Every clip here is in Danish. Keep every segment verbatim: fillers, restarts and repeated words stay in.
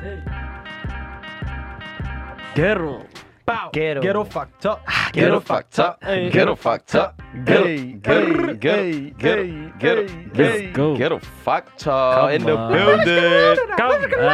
Ghetto. Ghetto. Ghetto factor. Ghetto factor. Ghetto factor. Ghetto. Ghetto. Ghetto. Ghetto. Let's go. Ghetto factor in the on. building. Kom.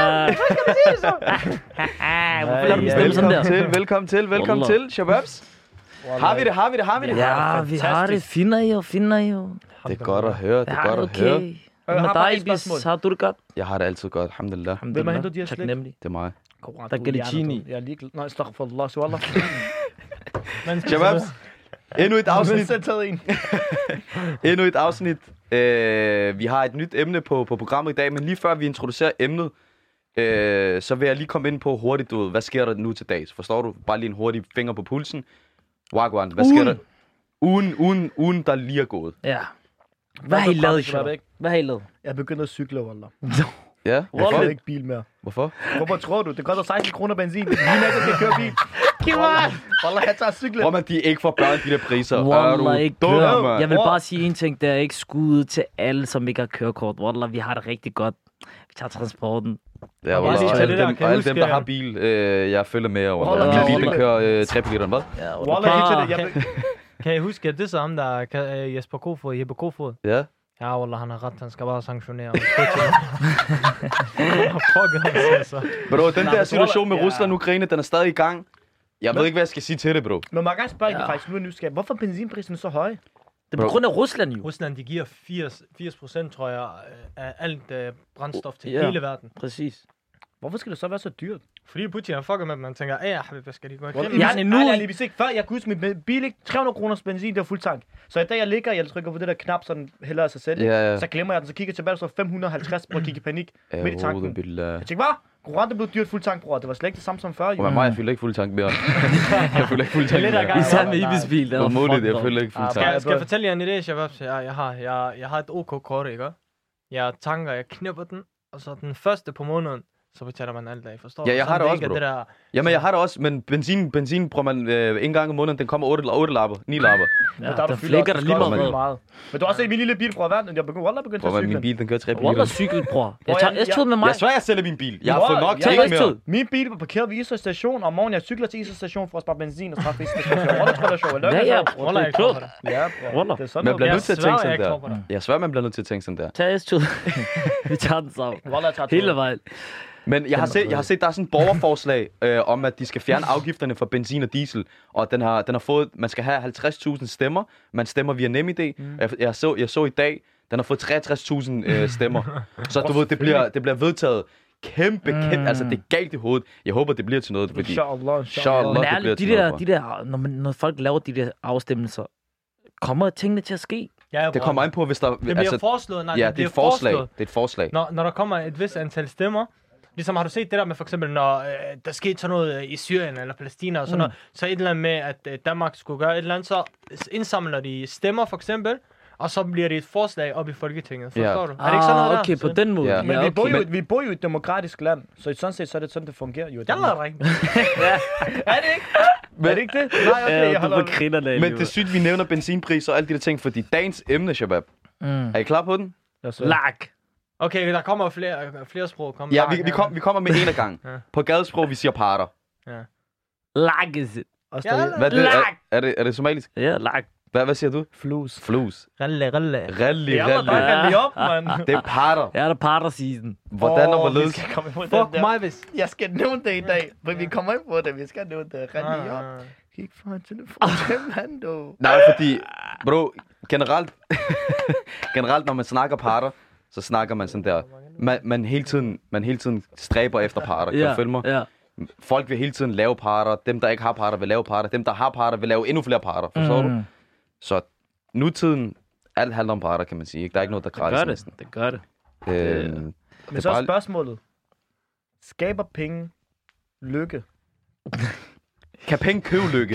Hvorfor lader du dem stemme sådan Velkommen der? til, velkommen til, velkommen Wallah. til, shababs. Har vi det, har vi det, har vi det? Ja, vi har det. Finder jo, finder jo. Det er godt at høre, det er Ja, godt at høre. okay. Med dig, Ibis, har du det godt? Jeg har det altid godt, alhamdulillah. Hvem har hentet de her slik? Taknemmelig. Det er mig. Der er Galicini. Jeg er ligeglad. Nej, astaghfirullah, så wallah. Shababs, endnu et afsnit. Jeg har taget en. Endnu et afsnit. Øh, vi har et nyt emne på, på programmet i dag, men lige før vi introducerer emnet, øh, så vil jeg lige komme ind på hurtigt, du ved, hvad sker der nu til dags? Forstår du? Bare lige en hurtig finger på pulsen. Wagwan, hvad sker der? Ugen, ugen, ugen, der lige er gået. Ja. Hvad har I lavet, Shabab, Shabab? ikke? Hvad har I lavet? Jeg er begyndt at cykle, wallah. Ja, Jeg hvorfor? får ikke bil mere. Hvorfor? Hvorfor tror du? Det koster seksten kroner benzin. Lige med, at jeg skal køre bil. Giv mig! Wallah, jeg tager cyklen. Prøv man, de er ikke for børn, de der priser. Er du Wallah, ikke dum, kør. mand? Jeg vil bare sige en ting, der er ikke skud til alle, som ikke har kørekort. Wallah, vi har det rigtig godt. Vi tager transporten. Ja, Og bare wallah, lige og tage alle det der, dem, kan og jeg alle dem, huske, der har øh, bil, øh, jeg følger med. Og Wallah, min jeg bil, den følger kører øh, tre på literen, hvad? Ja, Wallah, helt til det. Jeg Kan, vil... kan I huske, at det er så ham, der kan, øh, Jesper Kofod, Jeppe Kofod? Ja. Ja, wallah, han har ret. Han skal bare sanktionere. Fuck, altså. Bro, den Nej, der men situation med Wallah, ja. Rusland og Ukraine, den er stadig i gang. Jeg ved ikke, hvad jeg skal sige til det, bro. Men man kan spørge Ja. dig faktisk nu er nysgerrig. Hvorfor er benzinprisen så høj? Det er på grund af Rusland jo. Rusland, de giver firs procent, tror jeg, af alt uh, brændstof til Ja. hele verden. Præcis. Hvorfor skal det så være så dyrt? Fordi Putin har fucket med dem, man tænker, ja, hvad skal de gå i krig? Ja, Ja, nu- nu... Ærlig, hvis ikke før, jeg kunne huske mit bil, ikke? tre hundrede kroners benzin, det var fuld tank. Så i dag, jeg ligger, jeg trykker på det der knap, så den hælder af sig selv. Ja, ja. Så glemmer jeg den, så kigger jeg tilbage, så fem hundrede og halvtreds, bror, gik i panik midt i tanken. billah. Jeg tænkte, hvad? Kurante blev dyrt fuld tank, bror. Det var slet ikke det samme som før, jo. Og med mig, jeg føler ikke fuld tank mere. Jeg føler ikke fuld tank lidt ad mere. gangen. Især med nej. Ibis bil. Det Hvor var muligt, jeg fucked føler up. ikke fuld Ah, Skal, tank. jeg, skal jeg fortælle jer en idé, Shabab? Jeg, jeg, har, jeg, jeg har et OK-kort, ikke? Jeg tanker, jeg knipper den, og så den første på måneden, så betaler man alt af, forstår Ja, du? jeg har Sådan det også, ikke, bro. Det der, Jamen, jeg har det også, men benzin, benzin bruger man øh, en gang om måneden, den kommer otte, otte lapper, ni lapper. Ja, der, der du flækker der lige meget. meget. meget. Men du har også set min lille bil, bror. Hvad? Jeg begyndte, Wallah, begyndte Hvor at min cykle. bil, den kører tre på Wallah, literen. cykel, bror. Jeg Bror, tager jeg- S-toget med mig. Jeg svær, jeg sælger min bil. Jeg har Bror, fået nok jeg- til Tag ikke mere. S-toget. Min bil var parkeret ved Isø station, og om morgenen jeg cykler til Isø station for at spare benzin og straffe Isø station. Wallah, tror det er sjovt. Ja, ja, bror. Wallah, Det er jeg tror klogt. på det. Ja, bror. Wallah. Det er sådan Man noget. bliver Jeg nødt til at sværger, tænke jeg sådan ikke tror på der. det. Jeg svær, man bliver nødt til at tænke sådan der. Tag S-toget. Vi tager den sammen. Wallah, jeg tager Hele toget. vejen. Men jeg har set, jeg har set, der er sådan et borgerforslag øh, om, at de skal fjerne afgifterne for benzin og diesel. Og den har, den har fået, man skal have halvtreds tusind stemmer. Man stemmer via NemID. Mm. Jeg, jeg, så, jeg så i dag, den har fået treogtres tusind øh, stemmer. Så du ved, det bliver, det bliver vedtaget kæmpe, kæmpe. Mm. Altså, det er galt i hovedet. Jeg håber, det bliver til noget, fordi... Inshallah, inshallah. Inshallah. Men det bliver ærligt, de til noget, der, bror. de der, når, man, når folk laver de der afstemmelser, kommer tingene til at ske? Ja, Det bror. kommer an på, hvis der... Det bliver altså, foreslået. Nej, ja, det det er bliver et forslag. foreslået. Det er et forslag. Når, når der kommer et vis antal stemmer, ligesom har du set det der med for eksempel, når øh, der skete sådan noget øh, i Syrien eller Palæstina og sådan mm. noget, så et eller andet med, at øh, Danmark skulle gøre et eller andet, så indsamler de stemmer for eksempel, og så bliver det et forslag op i Folketinget. Forstår Ja. du? Er det ikke sådan noget Ah, der? okay, på Så- den måde. Ja. Men Ja, vi, bor okay. jo, vi bor jo i et demokratisk land, så sådan set så er det sådan, det fungerer jo. i Jeg Danmark. lader dig ikke. Er det ikke? Er det ikke det? Nej, okay, Ja, jeg du holder... får grinerne Men det er sygt, vi nævner benzinpriser og alle de der ting, fordi dagens emne, Shabab. Mm. Er I klar på den? Lag. Okay, der kommer flere, flere sprog. Kom, Ja, vi, vi, kom, vi kommer med en af gangen. Ja. På gadesprog, vi siger parter. Lag is it. Også Ja, der- Hvad er det? Er, Lag. er det, er det somalisk? Ja, lag. Hvad, hvad siger du? Flus. Flus. Ralle, ralle. Rally, Ja, hvor der rally. kan vi op, mand. Det er parter. Ja, der er parter season. Hvordan og Åh, vi hvorledes? skal komme imod Fuck den der. mig, hvis... Jeg skal nævne det i dag, for vi kommer ikke på det. Vi skal nævne det. Rand lige op. Kig fra en telefon til mand, du. Nej, fordi, bro, generelt, generelt når man snakker parter, så snakker man sådan der. Man, man, hele, tiden, man hele tiden stræber efter parter, kan Ja, du følge mig? ja. Folk vil hele tiden lave parter. Dem, der ikke har parter, vil lave parter. Dem, der har parter, vil lave endnu flere parter. Forstår mm. du? Så nutiden, alt handler om parter, kan man sige. Ikke? Der er ikke noget, der er Det gør gratis det. næsten. Det gør det. Øh, Men det så er er bare- spørgsmålet. Skaber penge lykke? Kan penge købe lykke? Kan,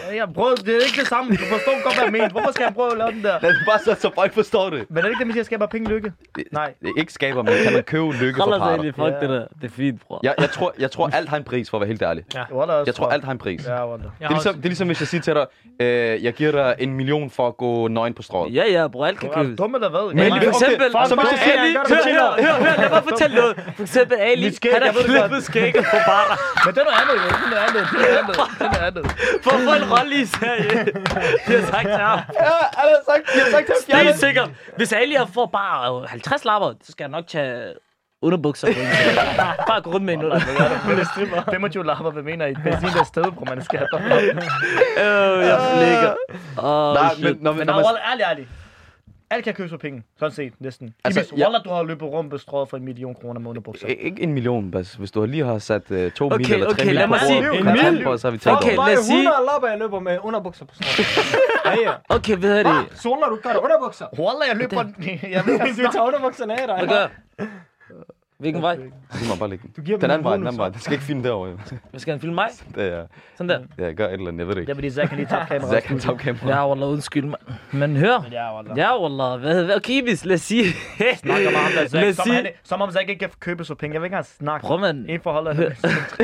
Ja, prøv, det er ikke det samme. Du forstår godt, hvad jeg mener. Hvorfor skal jeg prøve at lave den der? Lad det bare så, så folk forstår det. Men er det ikke det, man siger, skaber penge lykke? Nej. Det er ikke skaber, men kan man købe lykke for Hold os parter? egentlig, fuck Ja. det der. Det er fint, bror. Jeg, jeg, tror, jeg tror, alt har en pris, for at være helt ærlig. Ja. Jeg Jeg tror, alt har en pris. Ja, Wanda. Det er, ligesom, det er ligesom, hvis jeg siger til dig, øh, jeg giver dig en million for at gå nøgen på strået. Ja, ja, bror, alt kan Du er købes. dum eller hvad? Men Ja, for okay, eksempel, fuck, så fuck, hvis fuck, Ali, gør det hør, til hør, dig. hør, hør, lad mig fortælle noget. For eksempel Ali, Mit skæg, han har jeg ved det godt. klippet skægget på barer. Men det er noget andet, jo. Det er noget andet. Det er noget andet. Det er noget andet. For at få en rolle i serien. Det har sagt til ham. Ja, han har sagt, jeg har sagt til Det er sikkert. Hvis Ali får bare halvtreds lapper, så skal jeg nok tage underbukser på en. Bare gå rundt med en under. femogtyve lapper, hvad mener I? Benzin der sted, hvor man skal have dig. Øh, jeg flækker. Åh, Nej, shit. men når, Men når nej, man... Wallah, ærligt, ærligt. Alt kan købes for penge. Sådan set, næsten. Altså, Altså, jeg- Wallah, du har løbet rundt bestrået for en million kroner med underbukser. I- Ikke en million, Bas. Hvis du lige har sat uh, to Okay, mil eller tre okay, mil lad på mig sige- bordet, en kontant mil. på, så har vi tænkt Okay, over. Bare lad os sige- hundrede lapper, jeg løber med underbukser på strået. Ja, ja. Okay, hvad er det? Soler, du gør det underbukser. Wallah, jeg løber... Jeg ved, jeg Du tager underbukserne af dig. Hvad gør? Hvilken vej? Giv mig bare lægge den. Du giver dem Den anden en vej, den bonus, anden vej. Den skal ikke filme derovre. Hvad skal han filme mig? Det er... Sådan der. Ja, jeg gør et eller andet, jeg ved det Det er ikke. fordi, Zach kan lige tage kameraet. Zack kan tage kameraet. Ja, wallah, undskyld mig. Men hør. Ja, Wallah. Ja, wallah. Hvad, hvad, okay, hvis, lad os sige. Snakker med ham der, Lad Zach. os Som, sige. han, som om Zach ikke kan købe så penge. Jeg vil ikke engang snakke. Prøv, man. En forhold af Hør.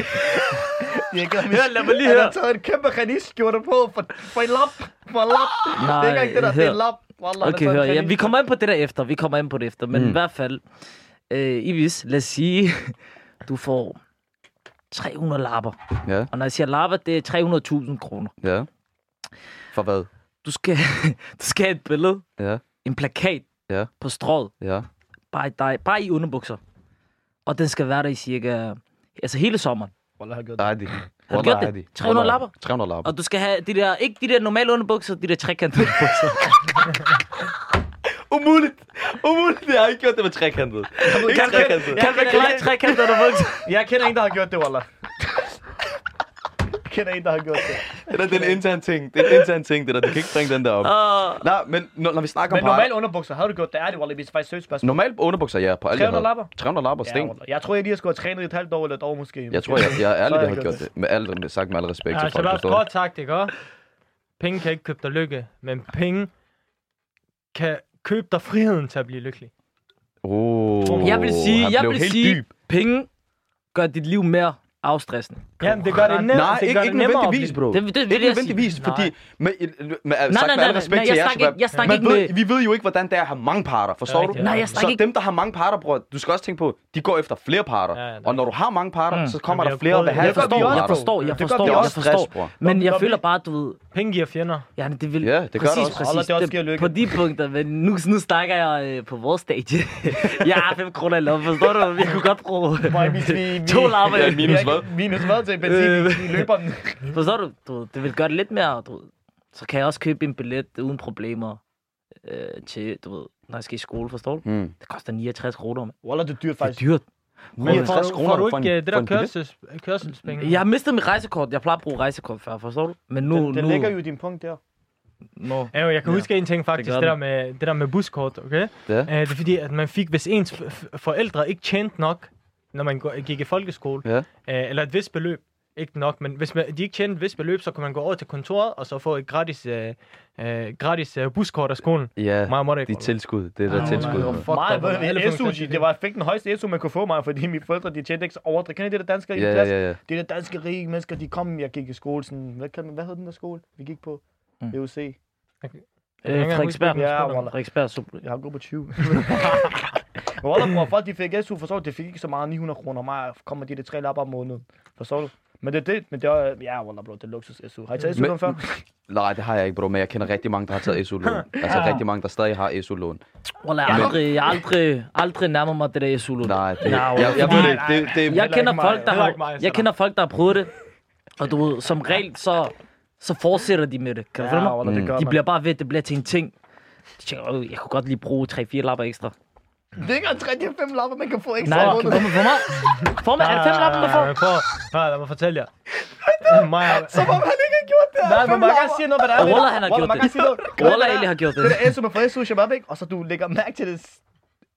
Hør, lad mig lige Han høre. har taget en kæmpe granitskjorte på for, for en lap. For en lap. Det er ikke engang det der, det er en lap. Wallah, han har Okay, taget en hør. Ja, vi granitskjorte. kommer ind på det der efter. Vi kommer ind på det efter. Men Mm. i hvert fald. Øh, Ivis, lad os sige. Du får tre hundrede lapper. Ja, Og når jeg siger lapper, det er tre hundrede tusind kroner. ja. For hvad? Du skal, du skal have et billede. Ja, En plakat. Ja. På strået. ja. Bare i, dig, bare i underbukser. Og den skal være der i cirka... Altså hele sommeren. Wallah, har gjort det. Nej, det. Har du gjort det? tre hundrede lapper? tre hundrede lapper. Og du skal have de der... Ikke de der normale underbukser, de der trekantede underbukser. Umuligt! Umuligt! Jeg har ikke gjort det med trekantet. Ikke Kan- trekantet. Kan man klare trekantede underbukser? Jeg kender en, der har gjort det, Wallah. Jeg kender en, der har gjort det. Det er den interne ting. Det er en intern ting, det der. Du kan ikke bringe den der op. Uh, Nej, men når, når vi snakker Men om normale underbukser, har du gjort det? Er det, Wallah, hvis det faktisk søgt spørgsmål? Normalt underbukser, ja. På alle tre hundrede lapper? tre hundrede lapper, Ja, sten. Wallah. Jeg tror, jeg lige har skulle have trænet i et halvt år eller et år måske. Jeg tror, jeg, jeg er ærlig, Så jeg har gjort det. Med alt, med, sagt med al respekt Ja, til så folk, bare der står. kort sagt, ikke også? Penge kan ikke købe dig lykke, men penge kan købe dig friheden til at blive lykkelig. Oh, jeg vil sige, han jeg blev vil helt sige dyb. penge gør dit liv mere afstressende. Jamen, det gør det nemt. Nej, det ikke, gør ikke det nemmere at nødvendigvis, blive- bro. Det, det, det vil Ikke jeg sige. nødvendigvis, fordi med, med, med, med, sagt nej, med nej, al nej, respekt nej, til jeg jer, snakker så ikke- jeg snakker man ikke ved, med- vi ved jo ikke, hvordan det er at have mange parter, forstår Ja, du? rigtigt, Nej, jeg Så snakker ikke... dem, der har mange parter, bror, du skal også tænke på, de går efter flere parter. Ja, ja, det er Og når du har mange parter, Mm. så kommer Men der det er flere, der vil jo- have det gør vi flere også, Jeg parter. forstår, jeg Det gør forstår, vi jeg også. Stress, forstår. bror. Men jeg Når vi- føler bare, du ved... Penge giver fjender. Ja, det vil... Ja, det gør præcis, det også. præcis. Wallah, det også giver lykke. På de punkter, men nu, nu snakker jeg øh, på vores stage. Jeg har fem kroner i lov, forstår du? Vi kunne godt bruge Hvor vi, vi, vi, to lapper. Ja, minus hvad? Minus hvad til benzin i, i løberen? Forstår du? du? ved, Det vil gøre det lidt mere, du ved. Så kan jeg også købe en billet uden problemer øh, til, du ved, når jeg skal i skole, forstår du? Mm. Det koster niogtres kroner, mand. Wallah, det er dyrt Det er faktisk. dyrt. Men får niogtres du, kroner får du for en- ikke øh, det for der en billet? kørsels, kørselspenge? Jeg har mistet mit rejsekort. Jeg plejer at bruge rejsekort før, forstår du? Men nu... Det, det nu... ligger jo i din punkt der. Nå. Ja, jo, jeg kan Ja, huske en ting faktisk, det det, gør det, der med, det der med buskort, okay? Ja. Uh, det er fordi, at man fik, hvis ens f- f- forældre ikke tjente nok, når man gå- gik i folkeskole, Ja. uh, eller et vist beløb, ikke nok, men hvis man, de ikke tjente et vist beløb, så kunne man gå over til kontoret, og så få et gratis, uh, uh, gratis uh, buskort af skolen. Ja, Meget måtte ikke. de tilskud. Det er der Ah, tilskud. nej, med. fuck, Meget, der var alle ved, S U, funktioner. det var fik den højeste S U, man kunne få mig, fordi mine forældre, de tjente ikke så overdrevet. Kender I det der danske rige Ja, klasse? ja, ja. Det er der danske rige mennesker, de kom, jeg gik i skole, sådan, hvad, kan man, hvad hed den der skole, vi gik på? Mm. E U C. Jeg kan ikke Øh, engang huske, Frederiksberg. hvilken Ja, skole der var. Wallah. Frederiksberg Super. Jeg har gået på tyve. Wallah, bror, folk de fik S U, forstår du, det fik ikke så meget, ni hundrede kroner. Mig kommer de der tre lapper om måneden. Forstår du? Men det er det, men det er, ja, Wallah, bro, det er luksus S U. Har I taget S Men- U før? Nej, det har jeg ikke, bro, men jeg kender rigtig mange, der har taget S U-lån. Altså rigtig mange, der stadig har S U-lån. Wallah, jeg har aldrig, jeg har aldrig, aldrig nærmet mig det der S U -lån. Nej, det, Nej, jeg, jeg ved det ikke. Det, det, Jeg Heller kender ikke folk, mig. der Heller ikke har, mig, så jeg der. kender folk, der har prøvet det. Og du ved, som regel, så, så fortsætter de med det. Kan du følge mig? Wallah, det Mm. gør De man. bliver bare ved, det bliver til en ting. De tænker, "Åh, jeg kunne godt lige bruge tre fire lapper ekstra. Det er ikke engang tre til fem lapper, man kan få ekstra Nej, om okay, måneden. for mig. For mig, er det fem lapper, man får? Nej, prøv, prøv, lad mig fortælle jer. Mig, Som om han ikke har gjort det her. Nej, men Fem man kan lapper. sige noget, hvad der er. Og Wallah, han har Wallah, gjort man kan det. sige noget. Wallah, Ali har gjort det. Det er S U, man får S U, shabab, ikke? Og så du lægger mærke til det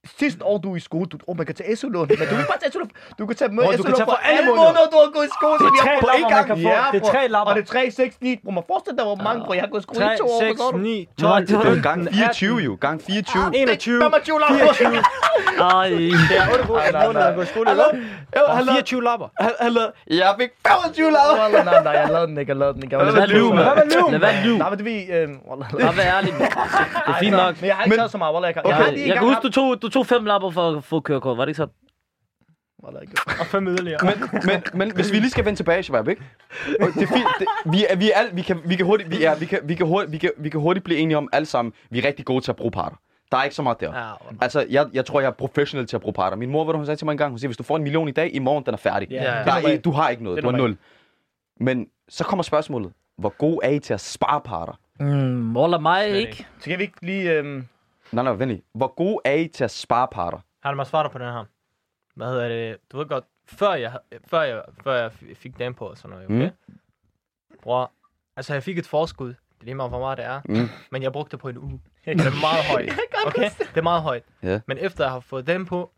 sidste år, du er i skole, du, oh, man kan tage S U-lån, men du kan ikke bare tage S U-lån, du kan tage med Bro, du S kan U-lån tage for for alle alle måneder. måneder, du har gået i skole. Det er så vi tre har på lapper, en man gang. kan få. Ja, Det er bro. tre lapper. Og det er tre, seks, ni. Bro, man forestiller dig, hvor mange, bro, jeg har gået i skole i tre, to år. seks, forstår du? ni, Nå, tolv, det var Det er gang fireogtyve jo. Gang fireogtyve. enogtyve, femogtyve lapper. fireogtyve. Ej. Det er otte måneder at gå i skole, ikke? Og fireogtyve lapper. Hallo, jeg fik femogtyve lapper. Wallah, nej, nej, jeg lavede den ikke, jeg lavede den ikke. Jeg var Lad lidt være lyve, sur. mand. Lad være lyve. Nej, men det vi, øh, wallah. Bare vær ærlig, mand. Det er fint nok. Men jeg har ikke taget så meget, wallah. Jeg, kan- jeg, har Jeg, lige jeg kan engang huske, du tog, du tog fem lapper for at få kørekort. Var det ikke sådan? haft- Wallah, ikke. Og fem yderligere. Men, men, men hvis vi lige skal vende tilbage, Shabab, ikke? Og det er fint. Det, vi, er, vi, er al, vi, kan, vi kan hurtigt, vi, er, vi, kan, vi, kan hurtigt, vi, kan, vi kan hurtigt blive enige om alle sammen, vi er rigtig gode til at bruge parter. Der er ikke så meget der. Ja, Altså, jeg, jeg tror, jeg er professionel til at bruge parter. Min mor, hvad hun sagde til mig engang, hun siger, hvis du får en million i dag, i morgen, den er færdig. Ja, Ja, det ja. er Der er, normalt. ikke- du har ikke noget, Det du er har nul. Men så kommer spørgsmålet, hvor god er I til at spare parter? Mm, Wallah mig Slet ikke. ikke. Så kan vi ikke lige... Øh, Nej, nej, venlig. Hvor god er I til at spare parter? Har du mig svare dig på den her? Hvad hedder det? Du ved godt, før jeg, havde- før jeg, før jeg f- fik dem på og sådan noget, okay? Mm. Bror, altså jeg fik et forskud. Det er lige meget, hvor meget det er. Mm. Men jeg brugte det på en uge. Det er meget højt. Okay? Det er meget højt. Ja. Men efter jeg har fået dem på,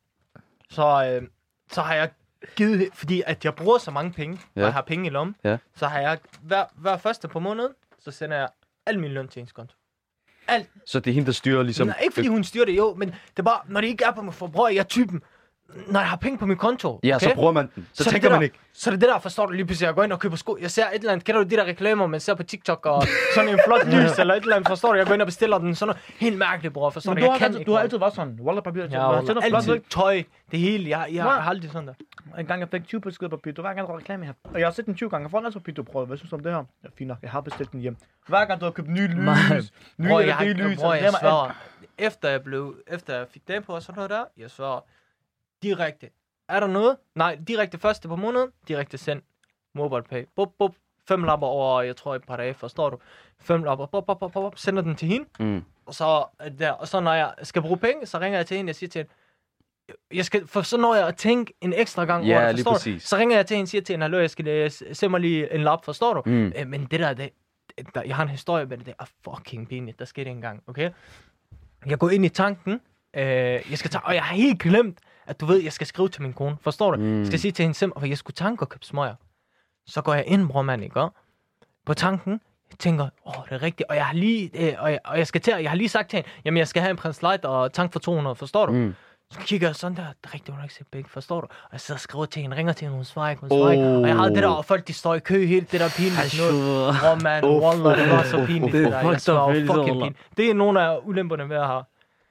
så, øh, så har jeg givet, fordi at jeg bruger så mange penge, Ja. og jeg har penge i lommen, Ja. så har jeg hver, hver første på måneden, så sender jeg al min løn til ens konto. Alt. Så det er hende, der styrer ligesom... Nej, ikke fordi hun styrer det, jo, men det er bare, når det ikke er på mit forbrug, jeg er typen, når jeg har penge på min konto, Ja, okay? så bruger man den. Så, Så er det tænker det man der- ikke. Så er det det der, forstår du lige pludselig, jeg går ind og køber sko. Jeg ser et eller andet, kender du de der reklamer, man ser på TikTok, og sådan en flot lys, eller et eller andet, forstår du? Jeg går ind og bestiller den, sådan noget helt mærkeligt, bror, forstår men du? du Jeg har, kan altid, ikke, du har bror. altid været sådan. Wallah, papir. Ja, Ja, man altid, sender flot ud. altid tøj, det hele, jeg, jeg Bror. har aldrig sådan der. En gang jeg fik tyve på skid papir. Du hver gang, du har reklame her. Og jeg har set den tyve gange. Jeg får den altid papir, du prøver. Hvad synes du om det her? Ja, fint nok. Jeg har bestilt den hjem. Hver gang du har købt nye lys, Nej. nye Bror, jeg, L E D-lys, har, bror, så jeg glemmer alt. sværger, efter jeg blev, efter jeg fik dem på og sådan noget der, jeg sværger, direkte. Er der noget? Nej, direkte første på måneden, direkte send. Mobile pay. Bup, bup. Fem lapper over, jeg tror et par dage, forstår du? Fem lapper, bup, bup, bup, bup, sender den til hende. Mm. Og så, er det der. Og så når jeg skal bruge penge, så ringer jeg til hende, jeg siger til hende, jeg skal, for så når jeg at tænke en ekstra gang Ja, over det, lige forstår du? præcis. Så ringer jeg til hende og siger til hende, hallo, jeg skal øh, s- send mig lige en lap, forstår du? Mm. Øh, men det der, det, der, jeg har en historie med det, det er fucking pinligt, der skete en gang, okay? Jeg går ind i tanken, øh, jeg skal tage, og jeg har helt glemt, at du ved, jeg skal skrive til min kone, forstår du? Mm. Jeg skal sige til hende simpelthen, at jeg skulle tanke og købe smøger. Så går jeg ind, bror mand, ikke? På tanken, jeg tænker, åh, det er rigtigt, og jeg har lige, øh, og, jeg, og jeg skal til, jeg har lige sagt til hende, jamen jeg skal have en Prince Light og tank for to hundrede, forstår du? Mm. Så kigger jeg sådan der, det er rigtigt, hun har ikke set begge, forstår du? Og jeg sidder og skriver til hende, ringer til hende, hun svarer ikke, hun svarer ikke. Og jeg havde det der, og folk de står i kø, helt det der pinligt noget. Ashur. Åh man, wallah, det var så pinligt, det der. Jeg fucked svarer up følelse, fucking wallah. pinligt. Det er nogle af ulemperne ved at have.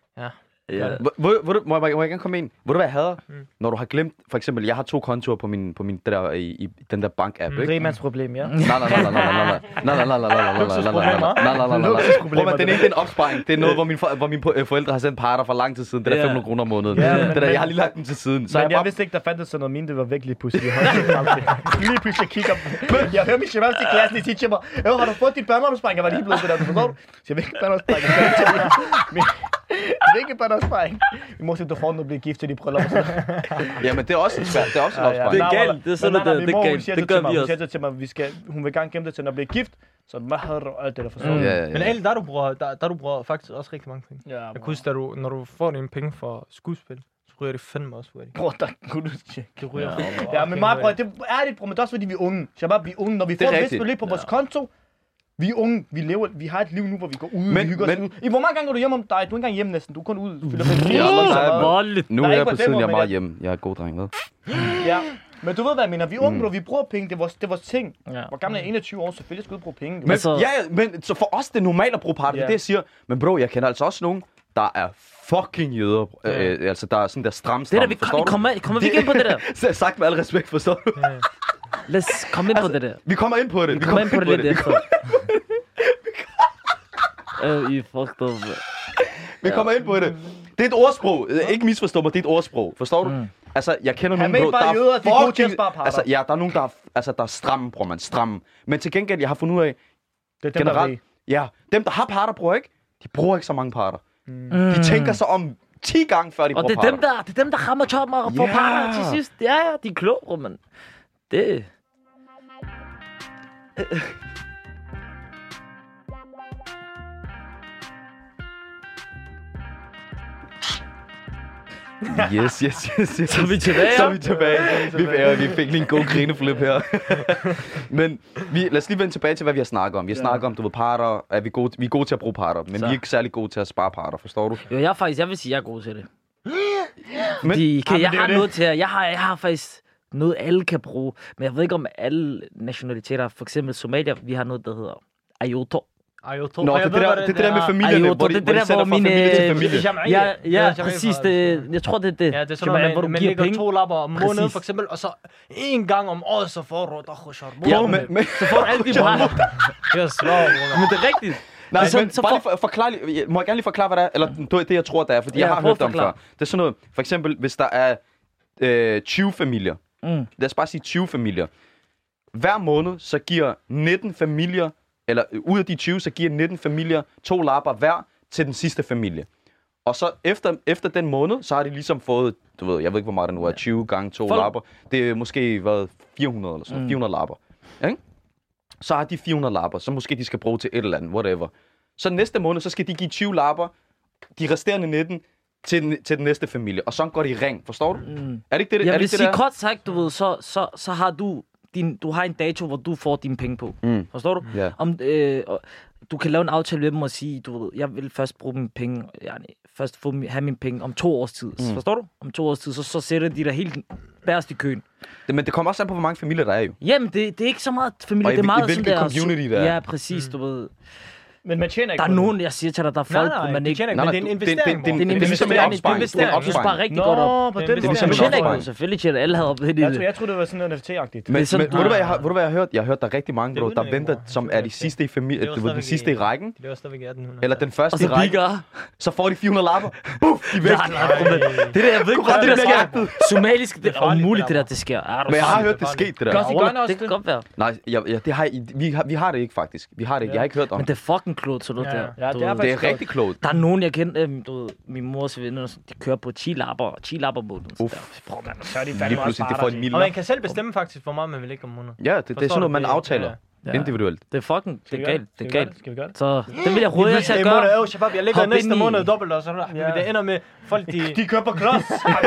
Ja. Hvor- hvor- hvor du- Må jeg, må jeg gerne komme ind? Hvor du hvad jeg hader? Mm. Når du har glemt, for eksempel, jeg har to kontoer på min, på min det der, i, i den der bank-app, Mm. ikke? Rigemandsproblem, ja. Nej, nej, nej, nej, nej, nej, nej, nej, nej, nej, nej, nej, nej, nej, Luksusproblemer. nej, nej, nej, nej, nej. Luksusproblemer, Prøv at, den er det ikke en opsparing. Det er noget, hvor mine, for, hvor mine po- forældre har sendt parter for lang tid siden. Det er Ja. fem hundrede kroner om måneden. Ja, men- Det der, men- jeg har lige lagt den til siden. Så Men jeg jeg bare... vidste ikke, der fandtes sådan noget. Mine, det var virkelig pudsigt. Lige pludselig kigger jeg hører min chef i klassen, de siger til mig, jo, har du fået dit børneopsparing? Jeg var lige blevet det der, du forstår du? Så jeg vil ikke børneopsparing. Jeg vil ikke børneopsparing. Min mor siger, du får, når du bliver gift til de bryllup. Jamen, det er også en spær. Det er også en opsparing. Det er galt. Det er sådan, Men nej, nej, det- min det er mor, hun galt. siger Det det gør til mig. vi Hun også. siger det til mig, vi skal, hun vil gerne gemme det til, når jeg bliver gift. Så mahad og alt det der, forstår du? Mm. Ja, ja, Men ja. alle, der du bruger, der, der du bruger faktisk også rigtig mange penge. Ja, Jeg kan huske, da du, når du får dine penge for skuespil, så ryger det fandme også hurtigt. Bror, der kunne du sige. Det ryger Ja. Ja, men meget, bror, det er det, bror, men det er også fordi, vi er unge. Shabab, vi er unge. Når vi Det er får et vist rigtigt. beløb på vores konto, vi er unge, vi lever, vi har et liv nu, hvor vi går ud, Men- vi hygger os men- ud. I hvor mange gange er du hjemme om dig? Du er ikke engang hjemme næsten, du er kun ude, fylder fem Ja, timer. men så der er meget. Voldeligt. Nu Der er er jeg ikke på på siden, den jeg er måde, meget men hjemme. Jeg er god dreng, ved. Ja, men du ved hvad jeg mener, vi er unge, Mm. bro, vi bruger penge, det er vores, det er vores ting. Ja. Hvor gammel er jeg? enogtyve år, selvfølgelig skal vi bruge penge. Men, Altså- ja, ja, men så for os det er normalt at bruge parter, det er Ja. det, jeg siger. Men bro, jeg kender altså også nogen, der er fucking jøder. Øh, altså, der er sådan der stram, Det stram, der, vi forstår kom, du? kommer, kommer vi ikke ind på det der? Så jeg sagt med al respekt, forstår du? Lad os komme ind på det der. Vi kommer ind på det. Vi kommer ind på det lidt efter. Øh, I fucked up. Vi kommer ind på det. Det er et ordsprog. Øh, Ikke misforstå mig, det er et ordsprog. Forstår du? Mm. Altså, jeg kender Han nogen, er bro, ikke bare der jøder, de er gode til at fucking- spare parter. Altså, ja, der er nogen, der er, altså, der er stramme, bror, man. Stramme. Men til gengæld, jeg har fundet ud af, Det er dem, der er generelt, rige. ja, dem, der har parter, bror, ikke? De bruger ikke så mange parter. Mm. De tænker sig om ti gange, før de Og bruger det er parter. dem, der, det er dem, der rammer toppen og får Ja. parter til sidst. Ja, ja, de er kloge, men det... Yes, yes, yes, yes. Så er vi tilbage. Så er vi tilbage. Vi, ja, vi fik lige en god grineflip her. Men vi, lad os lige vende tilbage til, hvad vi har snakket om. Vi har ja. snakket om, du ved, parter. Er vi, gode, vi er gode til at bruge parter, men så. vi er ikke særlig gode til at spare parter, forstår du? Jo, jeg er faktisk, jeg vil sige, jeg er god til det. Men, Fordi, kan, ja, jeg det er har det. noget til at, jeg har, jeg har faktisk noget, alle kan bruge. Men jeg ved ikke om alle nationaliteter, for eksempel Somalia, vi har noget, der hedder Ayoto. Ayoto. Nå, det er det der, det, det der med familierne, Ayoto, hvor de, det er hvor de det der, sender hvor fra mine- familie til familie. Ja, ja, Det er præcis. Jamaica. Det, jeg tror, det er det. Ja, det er sådan Jamaica, noget, hvor man, du man giver lægger penge. to lapper om måneden, Præcis. for eksempel, og så en gang om året, så får du dakhusher. Ja, men, men, Så får du alle de parter. Jeg slår, bror. Men det er rigtigt. nej, så- men så bare for- lige for, forklare lige, jeg- må jeg gerne lige forklare, hvad det er? Eller det, det jeg tror, det er, fordi Ja, jeg har prøv hørt at det om før. forklare. Det er sådan noget, for eksempel, hvis der er øh, tyve familier. Mm. Lad os bare sige tyve familier. Hver måned, så giver nitten familier, eller øh, ud af de tyve, så giver nitten familier to lapper hver til den sidste familie. Og så efter, efter den måned, så har de ligesom fået, du ved, jeg ved ikke, hvor meget det nu er, tyve gange to Folk- lapper. Det er måske været fire hundrede eller sådan noget, Mm. fire hundrede lapper. Ikke? Så har de fire hundrede lapper, så måske de skal bruge til et eller andet, whatever. Så næste måned, så skal de give tyve lapper, de resterende nitten, til den, til den næste familie. Og sådan går det i ring, forstår du? Mm. Er det ikke det, Jeg er det, vil ikke det sige der? kort sagt, du ved, så, så, så har du din, du har en dato, hvor du får dine penge på. Mm. Forstår du? Ja. Om, øh, og du kan lave en aftale med dem og sige, du ved, jeg vil først bruge mine penge, yani, først få, mi- have mine penge om to års tid. Mm. Forstår du? Om to års tid, så, så sætter de der helt bærest i køen. Det, men det kommer også an på, hvor mange familier der er jo. Jamen, det, det er ikke så meget familie, Og i det er hvil- meget i hvilken sådan der... community det er. Ja, præcis, mm. du ved. Men man tjener ikke Der er på det. nogen, jeg siger til dig, der er folk, Nej, nej, man det ikke... tjener ikke, Nej, men nej, det er en det- det- investering, det- det- bror. Det er en det er ligesom en investering, opsparing. det er Det er en en investering. Du sparer opsparing. rigtig godt op. Nå, på Det er den ligesom måde. ligesom Du en tjener ikke opsparing. noget, selvfølgelig tjener alle havde op det Jeg i tror, det. jeg troede, det var sådan noget N F T-agtigt. Men, er sådan- men ved, du, hvad jeg har, ved du, hvad jeg har hørt? Jeg har hørt, der er rigtig mange, Det er bro, der udlændinge, venter, bror. som Det er er de okay. sidste i familien, Det er du ved, den stadigvæk sidste i i- rækken. Det er også stadigvæk atten hundrede. Eller den første Og i så rækken. bigger. Så får de fire hundrede lapper. Puff, de er væk. Nej, nej, bro, men det der, jeg ved ikke, Korrekt, hvad det det der bliver sker. Somalisk, det Det er er farligt, umuligt, det det der, der, det sker. Er du Men jeg har sindssyg? hørt, det er sket, det der. Gør sig Wallah, gør også det kan det. godt være. Nej, jeg, jeg, det har, I- vi, har, vi har det ikke faktisk. Vi har det ikke. Jeg har ikke hørt om Men det. det er fucking klogt, så du Ja, der. ja, Du det er ved. Det faktisk- er rigtig klogt. Der er nogen, jeg kender, øhm, du ved, min mors venner, de kører på ti lapper, og ti lapper måneden. Uff. Bro, man, Så er de Lige fandme også pludselig, det får smartere. en mil. Og man kan selv bestemme faktisk, hvor meget man vil lægge om måneden. Ja, det, det er sådan noget, man aftaler Ja. individuelt. det er fucking, Skal det vi er gøre galt, det er Skal vi gøre galt. Skal vi gøre det? Så det vil jeg råde jer til at Det er måned, gøre. øh, shabab, jeg lægger Hop næste ind i- måned dobbelt, og så der, Ja. det ender med folk, de... De kører på klods.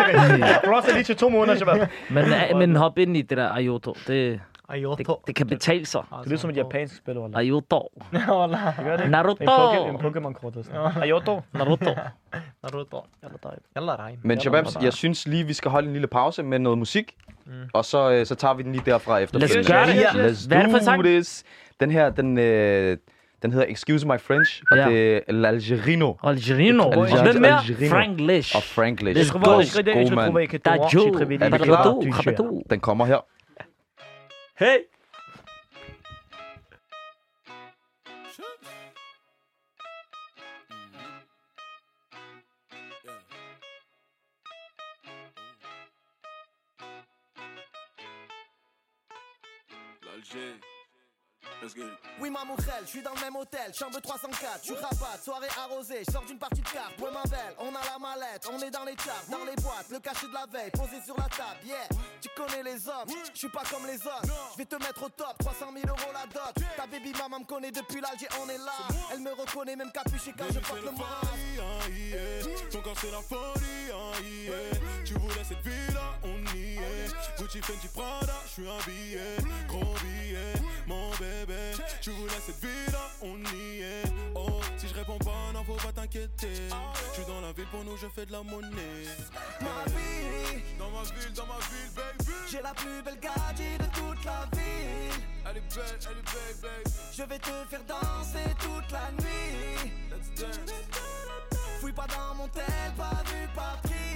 Klods er lige til to måneder, Shabab. Men, øh, men hop ind i det der Ayoto. Det, det, Ayoto. det kan betale sig. Det lyder som et japansk spil, Wallah. Ayoto. Wallah. Det gør det. Naruto. En Poké- En Pokémon-kort. og sådan. Ayoto. Naruto. Naruto. Jalla, dig. Yalla, Rahim. Men Ja, Shabab, bare- jeg synes lige, vi skal holde en lille pause med noget musik. Og så, øh, så tager vi den lige derfra efter. Let's gøre det. Let's Hvad er det for en do sang? this. Den her, den, øh, den hedder Excuse My French, og Ja. det er L'Algerino Algerino. Og Alger- hvem mere? Algerino. Frank Lish. og Franglish. Let's Je go. trouve- je trouve- je God man. trouve que Der toi, er je Joe. suis très Er vi vite. klar? Rabatou. Tu sais. Rabatou. Den kommer her. Hey. L'Alger. Let's get it. Oui ma Moukhel, je suis dans le même hôtel, chambre trois cent quatre, je suis rabat, soirée arrosée, je sors d'une partie de cartes, ouais ma belle, on a la mallette, on est dans les charts, dans les boîtes, le cachet de la veille, posé sur la table, yeah, tu connais les hommes, je suis pas comme les autres, je vais te mettre au top, trois cent mille euros la dot, ta baby maman me connaît depuis l'Alger, on est là, elle me reconnaît même capuché quand je porte le masque. Ton corps c'est la folie, ah, yeah. Tu voulais cette vie là, on y est. Gucci, Fendi, Prada, je suis habillé. Gros billet, mon bébé. Tu voulais cette vie là, on y est. Oh, si je réponds pas, non faut pas t'inquiéter. Je suis dans la ville, pour nous je fais de la monnaie. Ma vie, Dans ma ville, dans ma ville, baby. j'ai la plus belle gadget de toute la ville, Elle est belle, elle est belle, baby. je vais te faire danser toute la nuit. Let's dance. Fouille pas dans mon tel, pas vu, pas pris.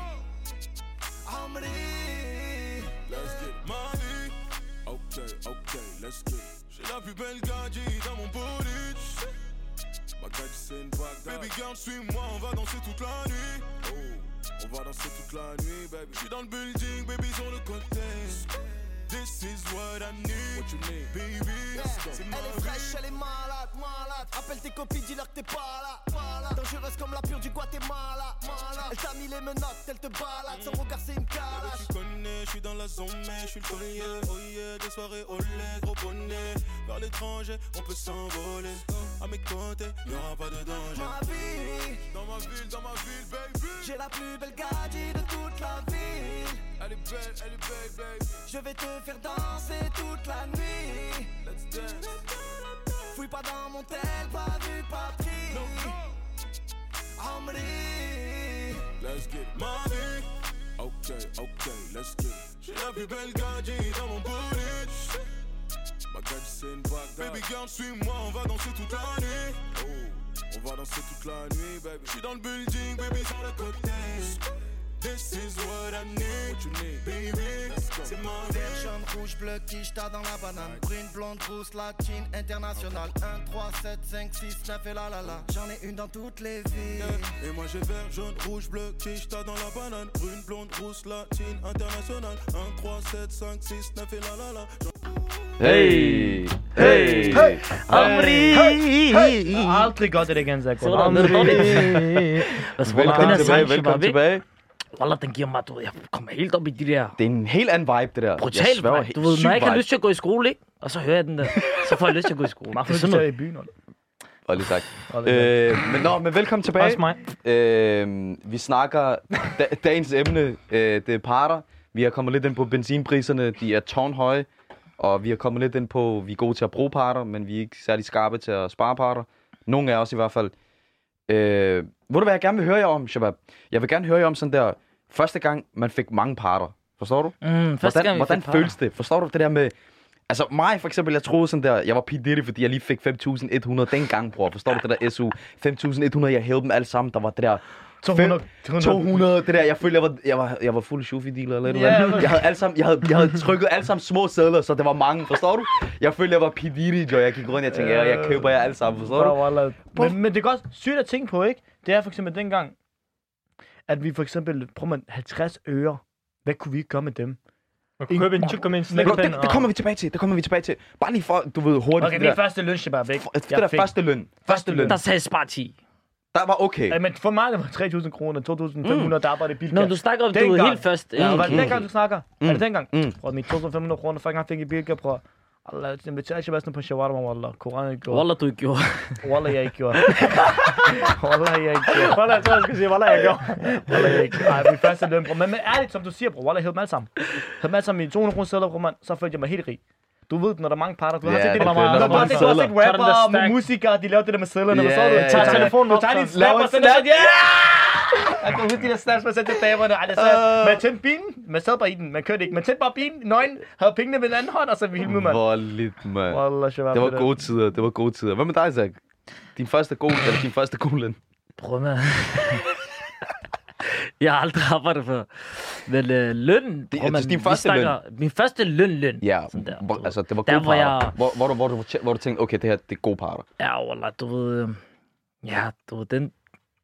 Amri. Let's get it. Ma vie. Ok, ok, let's get it. J'ai la plus belle gadget dans mon bolide. Ma gadget c'est une bague. Baby girl, suis-moi, on va danser toute la nuit. Oh, on va danser toute la nuit, baby. J'suis dans le building, baby sur le côté. This is what I need. What you need, baby? Let's go. C'est ma Elle est fraîche, elle est malade, malade. Appelle tes copines, dis-leur que t'es pas là, pas là. Dangereuse comme la pure du Guatemala, malade. Elle t'a mis les menottes, elle te balade. Son regard c'est une calage. Tu connais, je suis dans la zone, mais je suis le collier. Oh yeah, des soirées au lait, gros bonnet. Vers l'étranger, on peut s'envoler. À mes côtés, y'aura pas de danger. Ma vie, Dans ma ville, dans ma ville, baby. J'ai la plus belle gadget de toute la ville. Elle est belle, elle est belle, baby. Je vais te faire danser toute la nuit. Let's dance. Fouille pas dans mon tel, pas vu, pas pris. No, no. Amri. Let's get it. Money. Okay, okay, let's get it. J'ai la plus belle gadget dans mon booty. Ma gadget c'est une bague. Baby girl, suis-moi, on va danser toute la nuit. Oh, on va danser toute la nuit, baby. J'suis dans le building, baby, sur le côté. This is what I need, what you need, baby. C'est ma Vert, jaune, rouge, bleu, quiche, t'as dans la banane. Brune, blonde, rousse, latine, internationale. un, trois, sept, cinq, six, neuf et la la la. J'en ai une dans toutes les villes. Et moi j'ai vert, jaune, rouge, bleu, quiche, t'as dans la banane. Brune, blonde, rousse, latine, internationale. un, trois, sept, cinq, six, neuf et la la la. Hey! Hey! Hey! Amri! Jeg har aldrig gjort det igen, Zach. Sådan, det er dårligt. Altså, Wallah, den Velkommen her tilbage, sang, velkommen Shabab, tilbage. Wallah, den giver mig, du ved, jeg kommer helt op i de der Det er en helt anden vibe, det der. Jeg brutale sværger, vibe. Du ved, syg når jeg ikke har vibe. lyst til at gå i skole, ikke? Og så hører jeg den der, så får jeg lyst til at gå i skole. Hvorfor Det er er sådan du i noget. byen, eller? Og lige sagt. Og det Øh, men, nå, men velkommen tilbage. Også mig. Øh, vi snakker da, dagens emne, øh, det er parter. Vi har kommet lidt ind på benzinpriserne, de er tårnhøje. Og vi har kommet lidt ind på, vi er gode til at bruge parter, men vi er ikke særlig skarpe til at spare parter. Nogle af os i hvert fald. Øh, ved du hvad jeg gerne vil høre jer om, Shabab? Jeg vil gerne høre jer om sådan der, første gang man fik mange parter. Forstår du? Mm, første Hvordan, gang, vi hvordan fik føles det? Forstår du det der med... Altså mig for eksempel, jeg troede sådan der, jeg var P. Diddy, fordi jeg lige fik fem tusind et hundrede dengang, bror. Forstår du det der S U? fem tusind et hundrede, jeg hævde dem alle sammen. Der var det der to hundrede. to hundrede, det der, jeg følte, jeg var, jeg var, jeg var fuld shufi-dealer eller et eller Ja, andet. Jeg havde alle sammen, jeg havde, jeg havde trykket alle sammen små sædler, så det var mange, forstår du? Jeg følte, jeg var P. Diddy, og jeg gik rundt, jeg tænkte, ja, jeg køber jer alle sammen, forstår du? Bro, wallah. Men, men det er godt sygt at tænke på, ikke? Det er for eksempel dengang, at vi for eksempel, prøv man halvtreds øre. Hvad kunne vi gøre med dem? Man kunne købe en tyk med en Bro, slikpind. det, det kommer vi tilbage til, det kommer vi tilbage til. Bare lige for, du ved, hurtigt. Okay, det er første løn, Shabab, ikke? det der første løn. Første løn. Der sagde spar ti. Der var okay. Ja, men for mig, det var tre tusind kroner, to tusind fem hundrede, der arbejdede i Bilka. Nå, du snakker om, du Dengang. er helt først. Ja, Ja, var det okay. dengang, du snakker? Mm. Er det dengang? Mm. Prøv, min to tusind fem hundrede kroner, første gang fik i Bilka, prøv. Allah, jeg betalte ikke sådan på shawarma, wallah. Koran ikke gjorde. Wallah, du ikke gjorde. Wallah, jeg ikke gjorde. Wallah, jeg ikke gjorde. Wallah, jeg tror, jeg skal sige, wallah, jeg gjorde. Wallah, jeg ikke gjorde. Ej, min første løn, bro. Men, men ærligt, som du siger, bro. Wallah, jeg hævde dem alle sammen. Hævde dem alle sammen i to hundrede kroner sædler, bro, mand. Så følte jeg mig helt rig. Du ved, når der er mange parter. Du har Ja, set det det der. er fedt, når Du der har er bare mange set, du har set sædler. Så er den der rapper med stack. musikere, de lavede det der med sædlerne. Ja, Hvad så du? ja, ja, Tager ja. telefonen op, Du tager tager din din snap Laver og en sender snap. det. Jeg kan huske de der snaps, man sendte til damerne. Ej, det sad. Man tændte bilen. Man sad bare i den. Man kørte ikke. Man tændte bare bilen. Nøgen. Havde pengene ved den anden hånd, og så vi helt med, mand. Voldeligt, mand. Wallah, Shabab. Det var gode tider, det var gode tider. Hvad med dig, Zach? Din første god, eller din første god løn? Prøv med. Jeg har aldrig arbejdet før. Men øh, løn... Det- prøv, altså, man, din vi første snakker- Min første løn, løn. Ja, Sådan der, hvor, du ved. altså det var Der, gode hvor parter. jeg- Hvor, hvor, du, hvor, du, hvor du tænkte, okay, det her, det er gode parter. Ja, wallah, du ved... øh, Ja, du ved, den...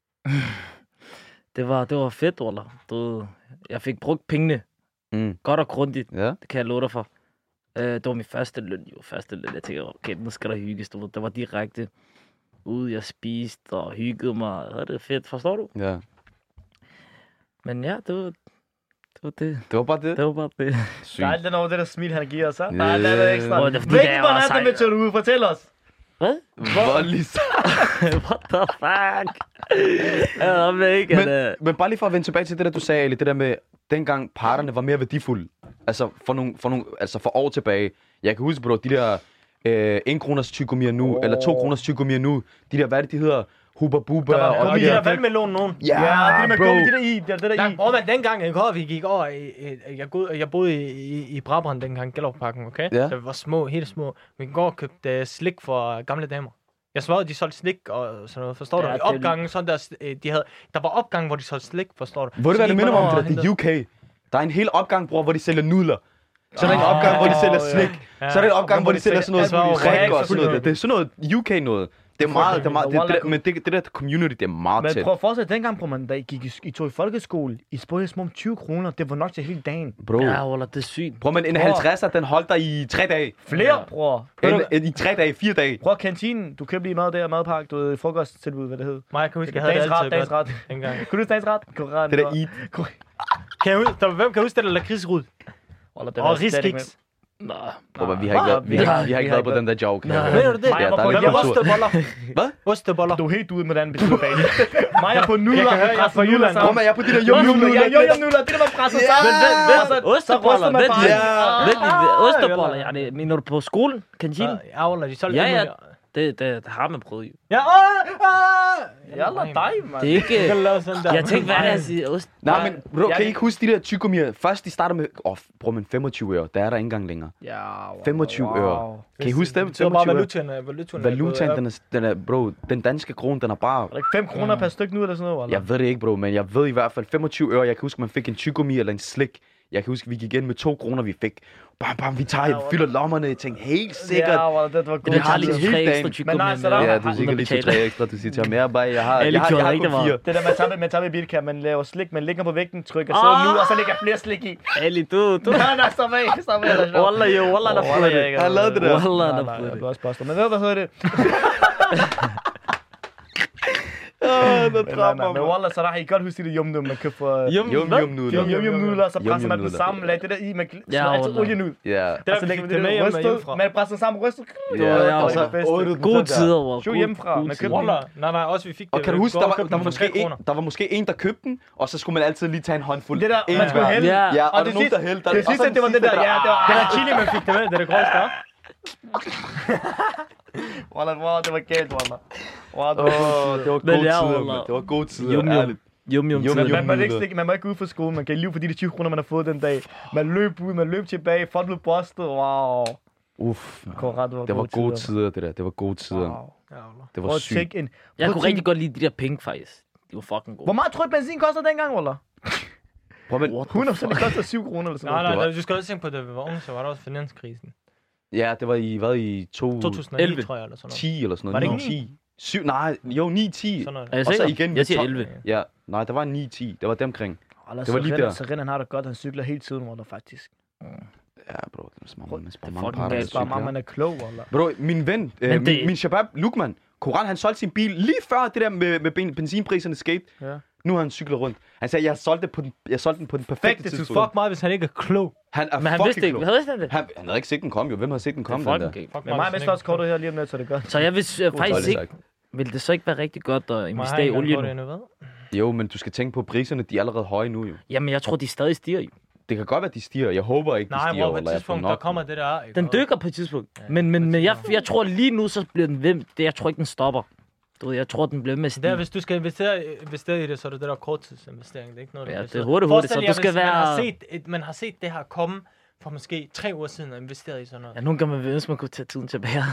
Det var, det var fedt, wallah. Du ved, jeg fik brugt pengene. Mm. Godt og grundigt. Ja. Det kan jeg love dig for. Øh, det var min første løn, jo. Første løn. Jeg tænkte, okay, nu skal der hygges. Du ved, det var direkte ude, jeg spiste og hyggede mig. Det var fedt, forstår du? Ja. Men ja, det var det. Var det. Det var bare det. Det var bare det. Sygt. Der er aldrig noget af det der smil, han giver os, så. Der er Ja. aldrig noget ekstra. Åh, det er fordi, Hvilken det er banan, sej. der vil tage ud? Fortæl os. Hvad? Voldeligt. What the fuck? Jeg ved ikke, Men, at... men bare lige for at vende tilbage til det, der du sagde, Ali, det der med, dengang parterne var mere værdifulde. Altså for, nogle, for, nogle, altså for år tilbage. Jeg kan huske, bro, de der øh, en kroners tygummier nu, Oh. eller to kroners tygummier nu. De der, hvad er det, de hedder? Hubba Bubba. Der var og gummi, de der der, var Vandmelon nogen. ja, Ja, det der med bro. gummi, det der i. Det der, det der Nej, i. bror, men dengang, jeg går, vi gik over i, i jeg, god, jeg boede i, i, i Brabrand dengang, Gellerparken, okay? Ja. Da vi var små, helt små. Vi gik over og købte uh, slik for gamle damer. Jeg svarede, de solgte slik og sådan noget, forstår Ja, du? I det er opgangen, sådan der, øh, de havde, der var opgang, hvor de solgte slik, forstår du? Ved du, Så hvad det gik minder man mig om over det der? Det og er U K. Der er en hel opgang, bror, hvor de sælger nudler. Så er der en Ah, opgang, hvor de sælger ja. slik. Ja. Så er der en opgang, hvor de sælger sådan noget Altså, hvor ræk racks og og sådan noget. sådan Det er sådan noget U K noget. Det er meget, det er meget, det, det, der, men det, det der community, det er meget Men tæt. prøv at forestille dig, dengang, bror, man, da I gik i, I tog i folkeskole, I spurgte små om tyve kroner, det var nok til hele dagen. Bro. Ja, wallah, det er sygt. Prøv, men en Bror. halvtredser, den holdt dig i tre dage. Flere, bror. En, en, I tre dage, fire dage. Prøv kantinen, du købte lige mad der, madpakke, du ved, frokosttilbud, hvad det hed. Mig, jeg kan huske, jeg havde det Dagens ret, altid dagens godt ret. dengang. Kunne du huske dagens ret? Koran, Det der eat. Kan jeg huske, der, hvem kan huske det der lakridsrud? Wallah, det Og var slet ikke riskiks. Nå. Bro, vi har ikke været, vi har, vi har ikke været på den der joke. Nej. Mener du det? Mig, jeg var der er på lidt jeg var kultur. osteboller. Hvad? Osteboller. Du er helt ude med den betyder bag det. Mig er på nudler, Jeg kan høre, jeg jeg er presser fra nudler Jylland. sammen. Kom, jeg er på de der yum yum Ja, jo, jo, nudler, det der var presset sammen. Men vent, vent, Og så- osteboller, så ryster man vent bare. lige. Ja. Vent lige, Ah, osteboller, ja, yani, mener du på skolen? Kantinen? Ja, Wallah, de solgte Ja, alt ja. muligt. Det, det, det har man prøvet jo. Ja, åh, åh! Jalla dig, mand. Det er ikke... Jeg kan lave sådan der. Jeg tænkte, hvad er det, jeg siger? Ost. Nej, men bro, Jeg- kan I ikke huske de der tyggegummier? Først de starter med, åh, oh, bror, men femogtyve øre, der er der ikke engang længere. Ja, wow, femogtyve wow. øre. Kan I huske dem? Det var bare femogtyve øre. valutaen. øh, Valutaen, er gået Valutaen, op. den er, den er, bro, den danske krone, den er bare... Er det ikke fem kroner per stykke nu, eller sådan noget, Wallah? Jeg ved det ikke, bro, men jeg ved i hvert fald femogtyve øre. Jeg kan huske, man fik en tyggegummi eller en slik. Jeg kan huske, vi gik ind med to kroner, vi fik. Bam, bam, vi tager, fylder lommerne. Jeg tænkte, helt sikkert. Ja, Wallah, det var Det godt. vi har lige hele tre dagen. ekstra tyggegummi. Men nej, så der- Ja, Ja, du siger lige til tre ekstra. Du siger til ham, ja, bare, jeg har, Alle jeg har, jeg gjorde har rigtig kun fire. meget. Det der, man tager med, man tager med bilkær, man laver slik, man ligger på vægten, trykker så nu, og så lægger flere slik i. Ali, du, du. Nej, nej, stop af, stop af, der er sjovt. Wallah, jo, Wallah, der Åh, får Wallah, jeg det. ikke Han lavede det der. Wallah, Nej, der nej, får jeg det. blev også poster. Men ved du, hvad hedder det? Åh, der Men, nej, nej, men Wallah, så der har I godt huske det yum-num, man køber for... Yum, Yum, hvad? yum, nudler. Yum, yum, nudler, så presser man dem Yum-yum-nudler. sammen, lagde det der i, man Ja, smider altid Wallah. olien ud. Ja, Der Og så fik lægger det vi med det hjem der hjemmefra. rystet, man presser sammen rystet. Det var- ja, og så det bedste. otte ud Gode der. tider, hvor. Sjo hjemmefra, man købte Wallah, nej, nej, også vi fik det. Og kan du Vi huske, går der og var, købte der, var den for måske tre en, kroner. der var måske en, der købte den, og så skulle man altid lige tage en håndfuld. Det der, En man skulle hver. hælde. Ja. Ja, Og og det der nogen, sidste- der hældte. det sidste, det var det der, ja, det var- Det var chili, man fik det med. Det er det groveste, ja. Wallah, wow, det var galt, Wallah. Wow, det var Åh, det var Men gode ja, tider, Wallah. mand. Det var gode tider, Yum, yum. ærligt. Yum, yum, Yum, tider. yum. Man må, ikke nudler. stikke, man må ikke gå ud fra skolen, man kan leve for de der tyve kroner, man har fået den dag. Man løb ud, man løb tilbage, folk blev bustet, wow. Uff, Korrekt, det var, det var gode tider. tider, det der. Det var gode tider. Wow. Ja, Wallah. Det Prøv var at sygt. tjekke en... Jeg prøv at kunne tænke- rigtig godt lide de der penge, faktisk. De var fucking Hvor gode. meget tror I benzin koster dengang, Wallah? Prøv, men, What the hundrede procent, det koster syv kroner eller sådan Nej, noget. nej, det var- du skal også tænke på, at da vi var unge, så var der også finanskrisen. ja, det var i, hvad, i to, to tusind og ni, elleve. tror jeg, eller sådan noget. ti eller sådan Var noget. det ikke ni, ti. Syv, nej, jo, ni, ti. Sådan noget. Er jeg Og så sikker? igen med Jeg siger tolv. elleve. Ja, nej, der var ni, ti. Det var dem kring. Wallah, Det var så lige Renan- der. Så Renan har det godt, han cykler hele tiden, Wallah, faktisk. Ja, bro, det er smart. Man sparer Det er mange fucking parter. galt. der Bare cykler. meget, man er klog, Wallah. Bro, min ven, øh, Men det- min, min shabab, Lukman, Koran, han solgte sin bil lige før det der med, med ben, benzinpriserne skete. Ja. Nu har han cyklet rundt. Han sagde, jeg solgte, det på den, jeg solgte den på den perfekte Perfekte tidspunkt. Fuck mig, hvis han ikke er klog. Han er Men han fucking vidste ikke. klog. Havde vidste han det? Han, han havde ikke set den komme, jo. Hvem havde set den komme, den der? Fucking galt. Fuck Men mig hvis med han størst ikke er kortet her lige om lidt, så er det godt. Så jeg vil øh, faktisk Dårligt ikke... sagt. Vil det så ikke være rigtig godt at klog. investere i Må jeg olie have en nu? gang på det nu, hvad? Jo, men du skal tænke på, priserne, de er allerede høje nu, jo. Jamen, jeg tror, de stadig stiger jo. Det kan godt være, de stiger. Jeg håber ikke, de Nej, stiger. hvor på et eller jeg får tidspunkt, nok. der kommer det der... ikke? Den dykker på et tidspunkt. Men, men, men jeg, jeg tror lige nu, så bliver den ved. Det, jeg tror ikke, den stopper. Du ved, jeg tror, den bliver med at Det er, stige. hvis du skal investere, investere i det, så er det det der korttidsinvestering. Det er ikke noget, du Ja, kan det er sidde- hurtigt, hurtigt, så Forestil du jer, skal hvis Man har, være- set, et, man har set det her komme for måske tre uger siden og investeret i sådan noget. Ja, nogle gange man vil ønske, man kunne tage tiden tilbage.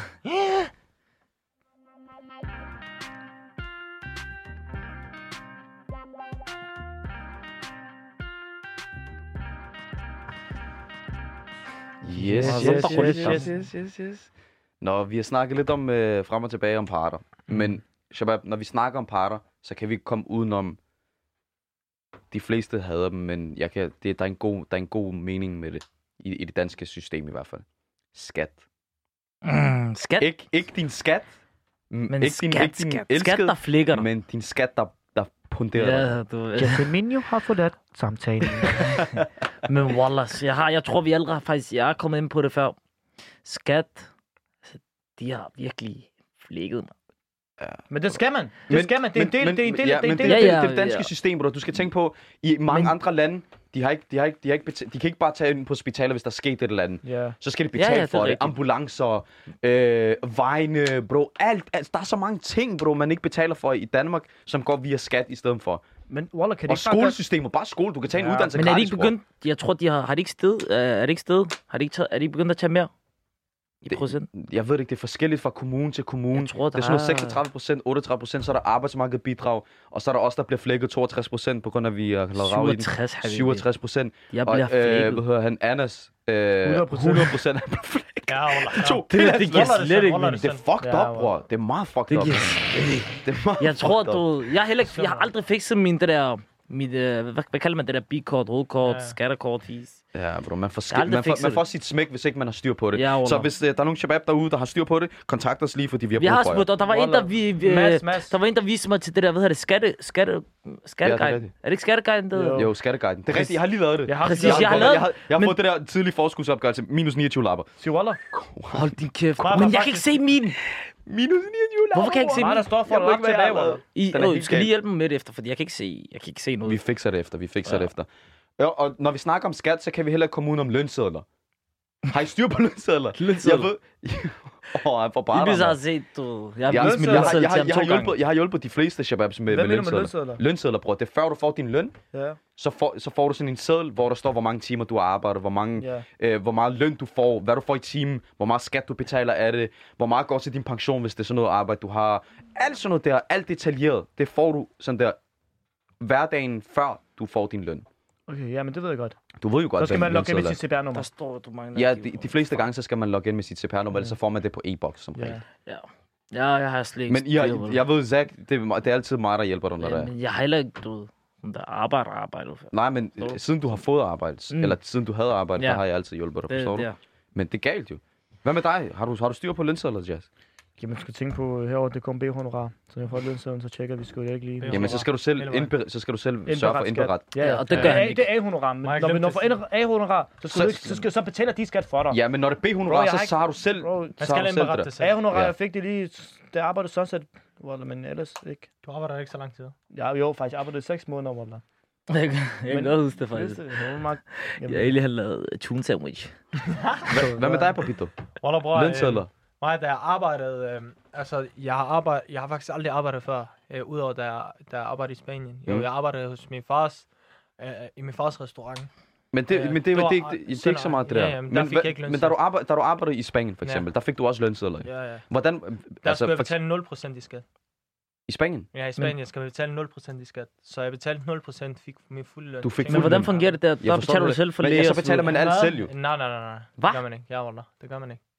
Yes, Ja, yes, så yes, der yes, rundt yes, yes, yes, yes. Nå, vi har snakket lidt om øh, frem og tilbage om parter. Mm. Men, Shabab, når vi snakker om parter, så kan vi ikke komme udenom... De fleste hader dem, men jeg kan, det, der, er en god, der er en god mening med det. I, I det danske system i hvert fald. Skat. Mm, skat. Ik, ikke din skat. Men ikke skat, din, ikke din skat, elskede, skat, der flikker dig. men din skat, der, der punderer dig. Ja, du ved. Firmino har forladt samtalen. Men Wallace, jeg, har, jeg tror, vi allerede faktisk... Jeg er kommet ind på det før. Skat, altså, de har virkelig flækket mig. Men det skal man. Det Men- skal man. Det er en del, men- det er en del, ja, det er en men del. det, Ja, det, ja, det, det, det danske ja. system, bro. Du skal tænke på, i mange Men- andre lande, de har ikke, de har ikke, de har ikke betalt, de kan ikke bare tage ind på hospitaler, hvis der er sket et eller andet. Ja. Så skal de Ja, betale ja, det er for det. rigtigt. Ambulancer, øh, vejene, bro. Alt, alt. Der er så mange ting, bro, man ikke betaler for i Danmark, som går via skat i stedet for. Men Waller, kan det Og ikke bare gøre... skolesystemer, bare skole. Du kan tage en Ja, uddannelse Men er de gratis, ikke bro. begyndt... Jeg tror, de har... Har de ikke sted? Uh, er det ikke sted? Har de ikke taget, er de ikke begyndt at tage mere? I Det- procent? Jeg ved det ikke, det er forskelligt fra kommune til kommune. Jeg tror, Det er sådan noget seksogtredive procent, otteogtredive procent, så er der arbejdsmarkedsbidrag, og så er der også, der bliver flækket toogtres procent, på grund af, at vi har lavet rav i den. syvogtres, har vi syvogtres procent. Jeg Og bliver øh, flækket. hvad hedder han? Annas. Øh, hundrede procent. hundrede procent er blevet flækket. Ja, Wallah. To. Det, det, det giver Wallah, det er slet sådan, ikke Wallah, mening. Det er fucked Ja, up, bror. Det er meget fucked Det up. giver... Det er meget Jeg tror, fucked up. du... Jeg, er heller ikke, jeg har aldrig fikset min det der Mit, øh, hvad, hvad kalder man det der? B-kort, rødkort, Ja. skattekort, his. Ja, bro, man får, Jeg har sk- aldrig man, får, fikset man det. får sit smæk, hvis ikke man har styr på det. Ja, så wallah. hvis uh, der er nogen shabab derude, der har styr på det, kontakt os lige, fordi vi har Vi har brug for jer. spurgt, og der var en, der, vi, vi, Mads, Mads. der var en, der viste mig til det der, hvad hedder det, skatte, skatte, skatteguide. rigtigt. Er det ikke skatteguiden, det hedder? Jo, skatteguiden. Det er rigtigt, jeg har lige lavet det. Jeg har Præcis, jeg jeg har jeg, lavet- jeg, har, jeg har men- fået det der tidlige forskudsopgørelse, minus niogtyve lapper. Sig Wallah. Hold din kæft. Bare- Men bare jeg kan ikke se min. Minus niogtyve lapper. Hvorfor kan jeg ikke se Nej, min? der står for Jeg må dig ikke være tilbage, allerede. Wallah. I, Den er oh, helt skal lige gal. hjælpe mig med det efter, fordi jeg kan ikke se, jeg kan ikke se noget. Vi fikser det efter, vi fikser ja. det efter. Ja, og når vi snakker om skat, så kan vi heller ikke komme ud om lønsedler. Har I styr på lønsedler? Lønsedler? Jeg ved... Åh, oh, han får I bare bliver så set, du. Jeg har jeg, vist min jeg, jeg, lønseddel jeg, til jeg, ham jeg, to har gange. hjulpet, jeg har hjulpet de fleste shababs med, Hvad med mener du med lønsedler. lønsedler? Lønsedler, bror. Det er før du får din løn, Ja. så får, så får du sådan en seddel, hvor der står, hvor mange timer du har arbejdet, hvor, mange, Ja. øh, hvor meget løn du får, hvad du får i timen, hvor meget skat du betaler af det, hvor meget går til din pension, hvis det er sådan noget arbejde, du har. Alt sådan noget der, alt detaljeret, det får du sådan der hverdagen før du får din løn. Okay, ja, men det ved jeg godt. Du ved jo godt, Så skal hvad man en logge ind med lønseddel sit C P R-nummer. Der står, du mangler. Ja, de- de, de fleste gange, så skal man logge ind med sit C P R-nummer, ellers så får man det på e-boks som regel. Ja. Ja. Ja, jeg har slet ikke Men I har, styr på det. jeg ved, Zach, det, er- det er altid mig, der hjælper dig, når Ja, der er. men jeg har heller ikke, du ved, sådan der arbejder arbejde. Nej, men Forstår du? siden du har fået arbejde, Mm. eller siden du havde arbejde, Ja. der har jeg altid hjulpet dig, Det, forstår det du? er. Men det er galt jo. Hvad med dig? Har du, har du styr på lønsedler, Jazz? Jamen, du skal tænke på, herovre, det kom B-honorar. Så når jeg får lønsedlen, så tjekker vi sgu det ikke lige. Ja. Jamen, så skal du selv, Eller hvad? indber- så skal du selv sørge for Indberet at indberette. skat. Ja, Ja, ja. og det gør Ja, han ikke. det er A-honorar, men Må jeg når, vi glemme når det får A-honorar, så, skal Så- du ikke- så, skal, så betaler de skat for dig. Ja, men når det er B-honorar, Bro, jeg så, har ikke- så har du selv, Bro, Man så har skal du selv indberette det. det selv. A-honorar, Ja. jeg fik det lige, det arbejdede sådan set, Wallah, men ellers ikke. Du arbejder ikke så lang tid. Ja, jo, faktisk, jeg arbejdede seks måneder, Wallah. Jeg kan jeg kan Men- godt huske det faktisk. Det er jo meget- Jamen, Jeg egentlig har lavet tune sandwich. Hvad, hvad med dig, Papito? Wallah, bror. Lønsedler? Mig, da jeg arbejdede, øh, altså, jeg har, arbejdet, jeg har faktisk aldrig arbejdet før, øh, udover da jeg, da jeg arbejdede i Spanien. Jo, Mm. jeg arbejdede hos min fars, øh, i min fars restaurant. Men det, Øh, men det, det det, var det, det, det, er ikke så meget det Ja, der. ja, men der fik jeg ikke men da du, arbejde, da du arbejdede i Spanien, for Ja. eksempel, der fik du også lønsedler. Ja, ja. Hvordan, Der altså, skulle jeg for, betale nul procent i skat. i Spanien? Ja, i Spanien skal man betale nul procent i skat. Så jeg betalte nul procent, fik min fulde løn. Du fik Tænk Men mig, hvordan løn. fungerer det der? Jeg Der forstår betaler du det. selv for Men læger. ja, så og sådan betaler noget. man alt Hvad? selv jo. Nej, nej, nej, nej. Hva? Det gør man ikke. Ja, Wallah. Det gør man ikke.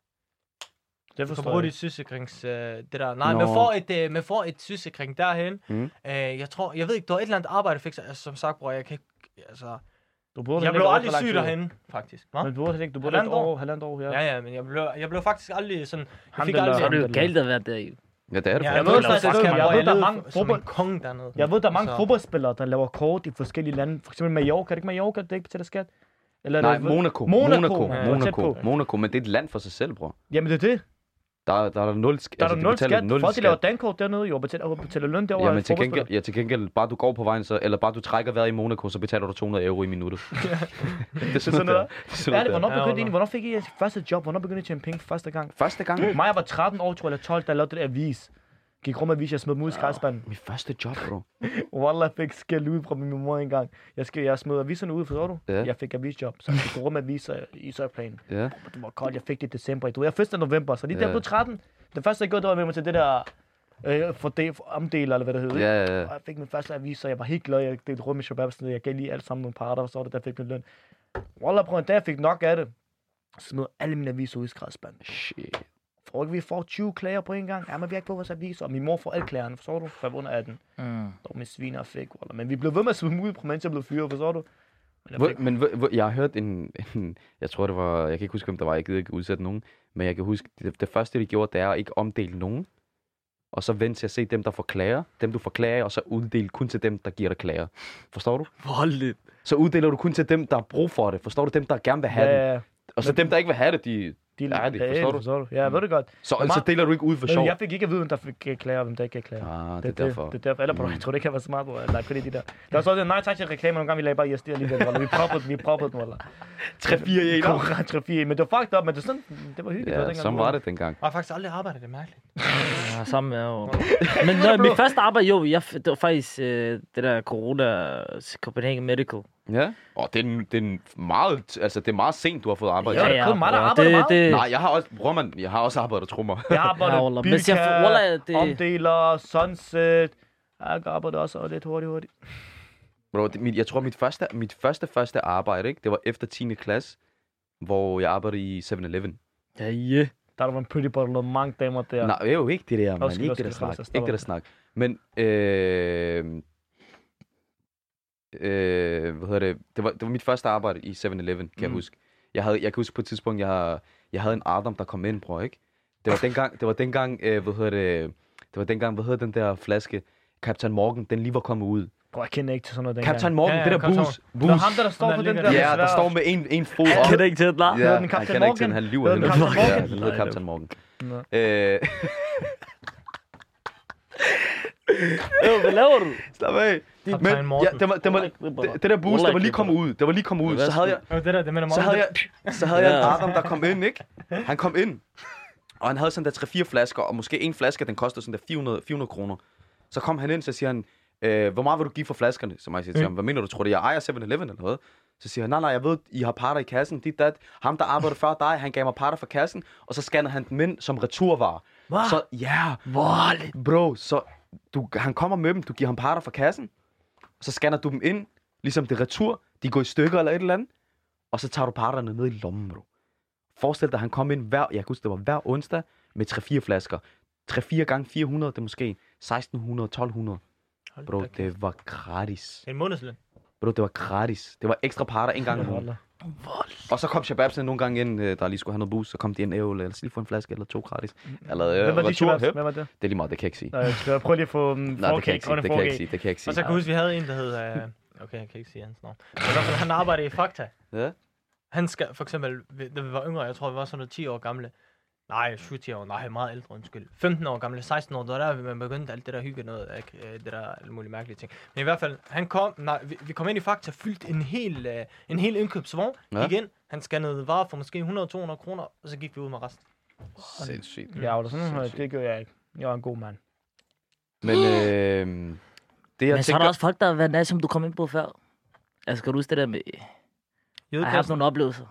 det Du kan forstår bruge jeg. dit sygesikrings... Øh, det der. Nej, Nå. man får et, øh, man får et sygesikring derhen. Mm. Øh, jeg tror... Jeg ved ikke, du har et eller andet arbejde fik. Altså, som sagt, bror, jeg kan ikke... Altså... Du burde Jeg heller blev ikke over aldrig så lang syg tid. derhen, faktisk. Hva? Men du burde heller ikke, du burde Halvandet ikke år. over halvandet år, ja. Ja, ja, men jeg blev, jeg blev faktisk aldrig sådan... Jeg fik Alhamdulillah. Så er aldrig... det jo galt at være der i. Ja, det er det. Ja, for- jeg ved ved faktisk, faktisk, jeg ved, jeg, jeg ved, der er levede mange som en fodbold- konge dernede. Jeg ved, der er mange Så- fodboldspillere, der laver kort i forskellige lande. For eksempel Mallorca. Er det ikke Mallorca, det ikke betaler skat? Eller er Nej, det- Monaco. Monaco, Monaco. ja, Monaco. tæt på. Monaco. Men det er et land for sig selv, bror. Jamen, det er det. Der, der er der nul skat. Der er der de nul betaler skat. nul Folk, de laver skat. dankort dernede, jo, og betaler, og betaler løn derovre. Ja, men af til gengæld, fodboldspillere. ja, til gengæld, bare du går på vejen, så, eller bare du trækker vejret i Monaco, så betaler du to hundrede euro i minuttet. det er sådan noget. Det er sådan Ærligt, noget. hvornår Ja, begyndte I, under. hvornår fik I jeres første job? Hvornår begyndte I at tjene penge for første gang? Første gang. Mig, jeg var tretten år, tror jeg, eller tolv, da jeg lavede det der avis. Gik rum med avis, jeg smed dem ud i skraldespanden. Min første job, bro. Wallah, jeg fik skæld ud fra min mor engang. Jeg, skal, jeg smed aviserne ud, forstår du? Ja. Jeg fik avisjob, så jeg gik rum med aviser i Søjplanen. Ja. Det var koldt, jeg fik det i december. Du ved, jeg første november, så lige da Ja. jeg blev tretten. Det første, jeg gjorde, det var med mig til det der øh, fordel, omdeler, eller hvad det hedder. ikke? Ja, ja, ja. Og jeg fik min første avis, så jeg var helt glad. Jeg delte rundt med shabab, sådan noget. Jeg gav lige alt sammen nogle parter, og så var det, der fik min løn. Wallah, prøv en dag, jeg fik nok af det. Så smed alle mine aviser ud i skraldespanden. Shit. For ikke vi får tyve klager på en gang. Ja, men vi har ikke fået vores aviser, og min mor får alle klagerne, forstår du? For jeg var under atten. Mm. Der var min sviner fik, wallah. Men vi blev ved med at smide dem ud, mens jeg blev fyret, forstår du? Men jeg Hvor, fik, men hvor, hvor, jeg har hørt en, en... Jeg tror, det var... Jeg kan ikke huske, hvem der var. Jeg gider ikke udsætte nogen. Men jeg kan huske, det, det første, de gjorde, det er at ikke omdele nogen. Og så vente til at se dem, der får klager. Dem, du får klager, og så uddele kun til dem, der giver dig klager. Forstår du? Voldeligt. Så uddeler du kun til dem, der har brug for det. Forstår du? Dem, der gerne vil have det. ja, Og så dem, der ikke vil have det, de... de, Ja, det ja, forstår du. forstår du? Ja, jeg ved det godt. Så, Men så meget- deler du ikke ud for Men sjov. jeg fik ikke at vide, hvem der fik øh, klager, og hvem der ikke gav klager. Ah, det er derfor. Det, det er derfor. Eller på, Mm. jeg tror, det kan være smart, hvor nej, fordi de der. Der var så også en nej tak til reklamer, nogle gange vi lagde bare I S D alligevel, eller vi proppede, vi proppede dem, eller. tre fire i en. Korrekt, tre fire. Men det var fucked up, men det, er sådan, det var hyggeligt. Ja, dengang, sådan var det dengang. Jeg har faktisk aldrig arbejdet, det er mærkeligt. Ja, sammen med jo. Men når, mit første arbejde, jo, jeg, det var faktisk øh, det der corona Copenhagen Medical. Ja. Og det er, det er meget, altså det er meget sent, du har fået arbejde. Ja, det er kun mig, der bror. arbejder meget. det, Nej, jeg har også, bror man, jeg har også arbejdet trommer. Jeg Ja, arbejder wallah. ja, Hvis jeg får- wallah, Bilka, det- omdeler, Sunset. Jeg arbejder også og lidt hurtigt, hurtigt. Bro, det, mit, jeg tror, mit første, mit første, første arbejde, ikke, det var efter tiende klasse, hvor jeg arbejdede i seven eleven. Ja, yeah. Der var en pretty bottle og mange damer der. Nej, det er jo ikke det der, man. Undskyld, Ikke det der undskyld, snak. så stopper Ikke det der vi. snak. Men, øh, Øh, hvad hedder det? Det var, det var mit første arbejde i seven eleven, kan mm. jeg huske. Jeg, havde, jeg kan huske på et tidspunkt, jeg, jeg havde en Adam, der kom ind, bror, ikke? Det var dengang, det var dengang, øh, hvad hedder det, det var dengang, hvad hedder den der flaske, Captain Morgan, den lige var kommet ud. Bro, jeg kender ikke til sådan noget dengang. Captain Morgan, Ja, ja, det der Captain boost. Det var ham, der, der står på den der. Ja, der står med en, en fod Jeg op. kender ikke til det, nej. Ja, den han Captain kender ikke til den, Morgan? han lyver. Hedder den Han Captain hedder- Morgan? Ja, den hedder Captain Morgan. Nå. Øh, Øh, hvad laver du? Slap af. Kaptajn Men ja, Morten. det, var, det, var, det, det der boost, der var lige kommet ud. Det var lige kommet ud. Så havde jeg, Oh, det der, det mener så havde jeg, så havde jeg en Ja. Adam, der kom ind, ikke? Han kom ind, og han havde sådan der tre fire flasker, og måske en flaske, den kostede sådan der fire hundrede, fire hundrede kroner. Så kom han ind, så siger han, øh, hvor meget vil du give for flaskerne? Så mig siger til ham, hvad mener du, tror du, jeg ejer seven eleven eller hvad? Så siger han, nej, nej, jeg ved, I har parter i kassen, dit dat. Ham, der arbejdede før dig, han gav mig parter fra kassen, og så scannede han dem ind som returvarer. Hvad? Så ja, Voldeligt. bro, så du, han kommer med dem, du giver ham parter fra kassen, så scanner du dem ind, ligesom det retur, de går i stykker eller et eller andet, og så tager du parterne ned i lommen, bro. Forestil dig, han kom ind hver, jeg kan huske, det var hver onsdag, med tre fire flasker. tre fire gange fire hundrede, det er måske seksten hundrede, tolv hundrede. Bro, det var gratis. En månedsløn. Bro, det var gratis. Det var ekstra parter en gang om ugen. Og så kom shababsene nogle gange ind, øh, der lige skulle have noget boost, så kom de ind, ævle, eller så lige få en flaske eller to gratis. Eller øh, Hvem var de retur, shababs? høp. Hvem var det? Det er lige meget, det kan jeg ikke sige. Nej, jeg skal prøve lige at få um, Nej, det kan jeg ikke sige, det kan jeg ikke sige, det kan jeg ikke sige. Og så kan jeg huske, vi havde en, der hed... Uh, okay, jeg kan ikke sige hans navn. Men i hvert fald, han arbejdede i Fakta. Ja. Han skal, for eksempel, da vi var yngre, jeg tror, vi var sådan noget ti år gamle. Nej, syv ti år, nej, meget ældre, undskyld. femten år gamle, seksten år, der var der, man begyndte alt det der hygge noget, ikke? Det der alle mulige mærkelige ting. Men i hvert fald, han kom, nej, vi, vi kom ind i Fakta, fyldt en hel, uh, en hel indkøbsvogn, Ja. gik ind, han scannede varer for måske hundrede til to hundrede kroner, og så gik vi ud med resten. Sindssygt. Ja, og sådan noget, det gør jeg ikke. Jeg er en god mand. Men øh, det jeg Men så er tænker... der også folk, der har været nær, som du kom ind på før. Altså, kan du huske det der med... Jeg har haft nogle oplevelser.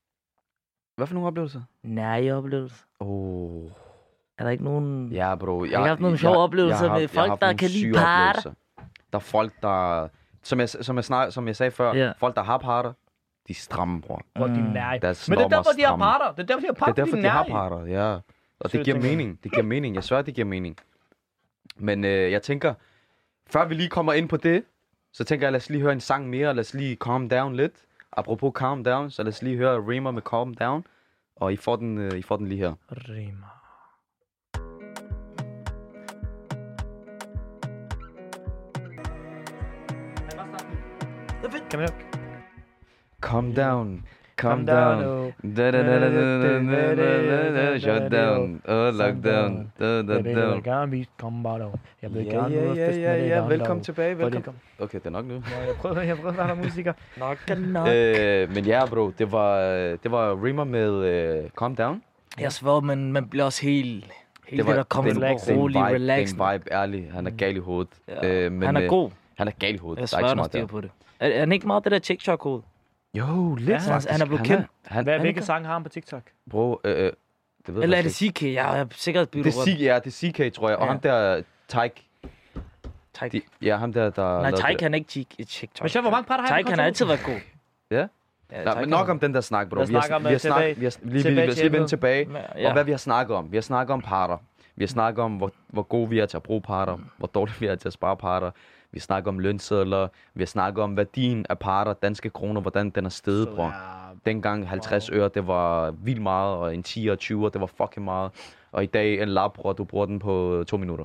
Hvad for nogle oplevelser? Nære oplevelser. Åh... Oh. Er der ikke nogen... Ja, bro. har haft nogle sjove oplevelser med folk, der kan lide parter. Der er folk, der... Som jeg, som jeg, snak, som jeg sagde før, Ja. folk, der har parter, de er stramme, bror. Hvor de er Mm. nære. Deres Men det er normer derfor, de har stramme. parter. Det er derfor, de har Det parter. er derfor, de har parter, ja. Og Sødt, det giver tænker jeg. mening. Det giver mening. Jeg svær, det giver mening. Men øh, jeg tænker, før vi lige kommer ind på det, så tænker jeg, lad os lige høre en sang mere. Lad os lige calm down lidt. Apropos calm down, så lad os lige høre Rima med Calm Down. Og I får den, øh, I får den lige her. Rima. Kan man høre? Calm down. Calm Calm down, down. oh. Da da da da da da da da. Shut down. Oh, lockdown. Da da Jeg vil da. gerne vise Combado. Jeg vil Ja, gerne ja, møde ja, festen ja, med ja. dig, Velkommen dog. tilbage. Hvor er det Velkommen. Okay, det er nok nu. kom? Jeg prøvede, jeg prøvede at være musiker. Nok er nok. Øh, men ja, bro, det var, det var Rima med øh, Calm Down. Jeg svær, men man bliver også helt... Helt Det det, var der kommer den, på den rolig, vibe, relax. den vibe, ærlig. Han er gal i hovedet. Ja. Øh, men, Han er øh, god. Han er gal i hovedet. Jeg Der er ikke svær, så der meget styr der. på det. Er, er han ikke meget det der TikTok-hoved? Jo, lidt Ja, han- faktisk. han er blevet Han kendt. Han, Hvad, Han hvilke kan- sange har han på TikTok? bro, øh, øh, det ved Eller jeg er det faktisk C K? Jeg er sikkert ikke. byttet Det er C K, ja, det er C K, tror jeg. Og Ja. ham der, Tyke. Taik. De, ja, ham der, der... Nej, lavede Taik det. han er ikke Tik- i TikTok. Men så, hvor mange parter har Taik han har altid været god. Ja? Ja, Nej, Taik men han nok er- om den der snak, bro. Lad os Vi har, snakke om, vi har øh, snakket... tilbage- Vi har, lige, vi, tilbage vi, vi, til lige vende emnet. tilbage. Ja. Og hvad vi har snakket om. Vi har snakket om parter. Vi har snakket om, hvor, hvor gode vi er til at bruge parter. Hvor dårlige vi er til at spare parter. Vi har snakket om lønsedler. Vi har snakket om værdien af parter, danske kroner, hvordan den er steget, bror. Dengang halvtreds øre, det var vildt meget, og en ti og tyve, det var fucking meget. Og i dag, en lap, bror, du bruger den på to minutter.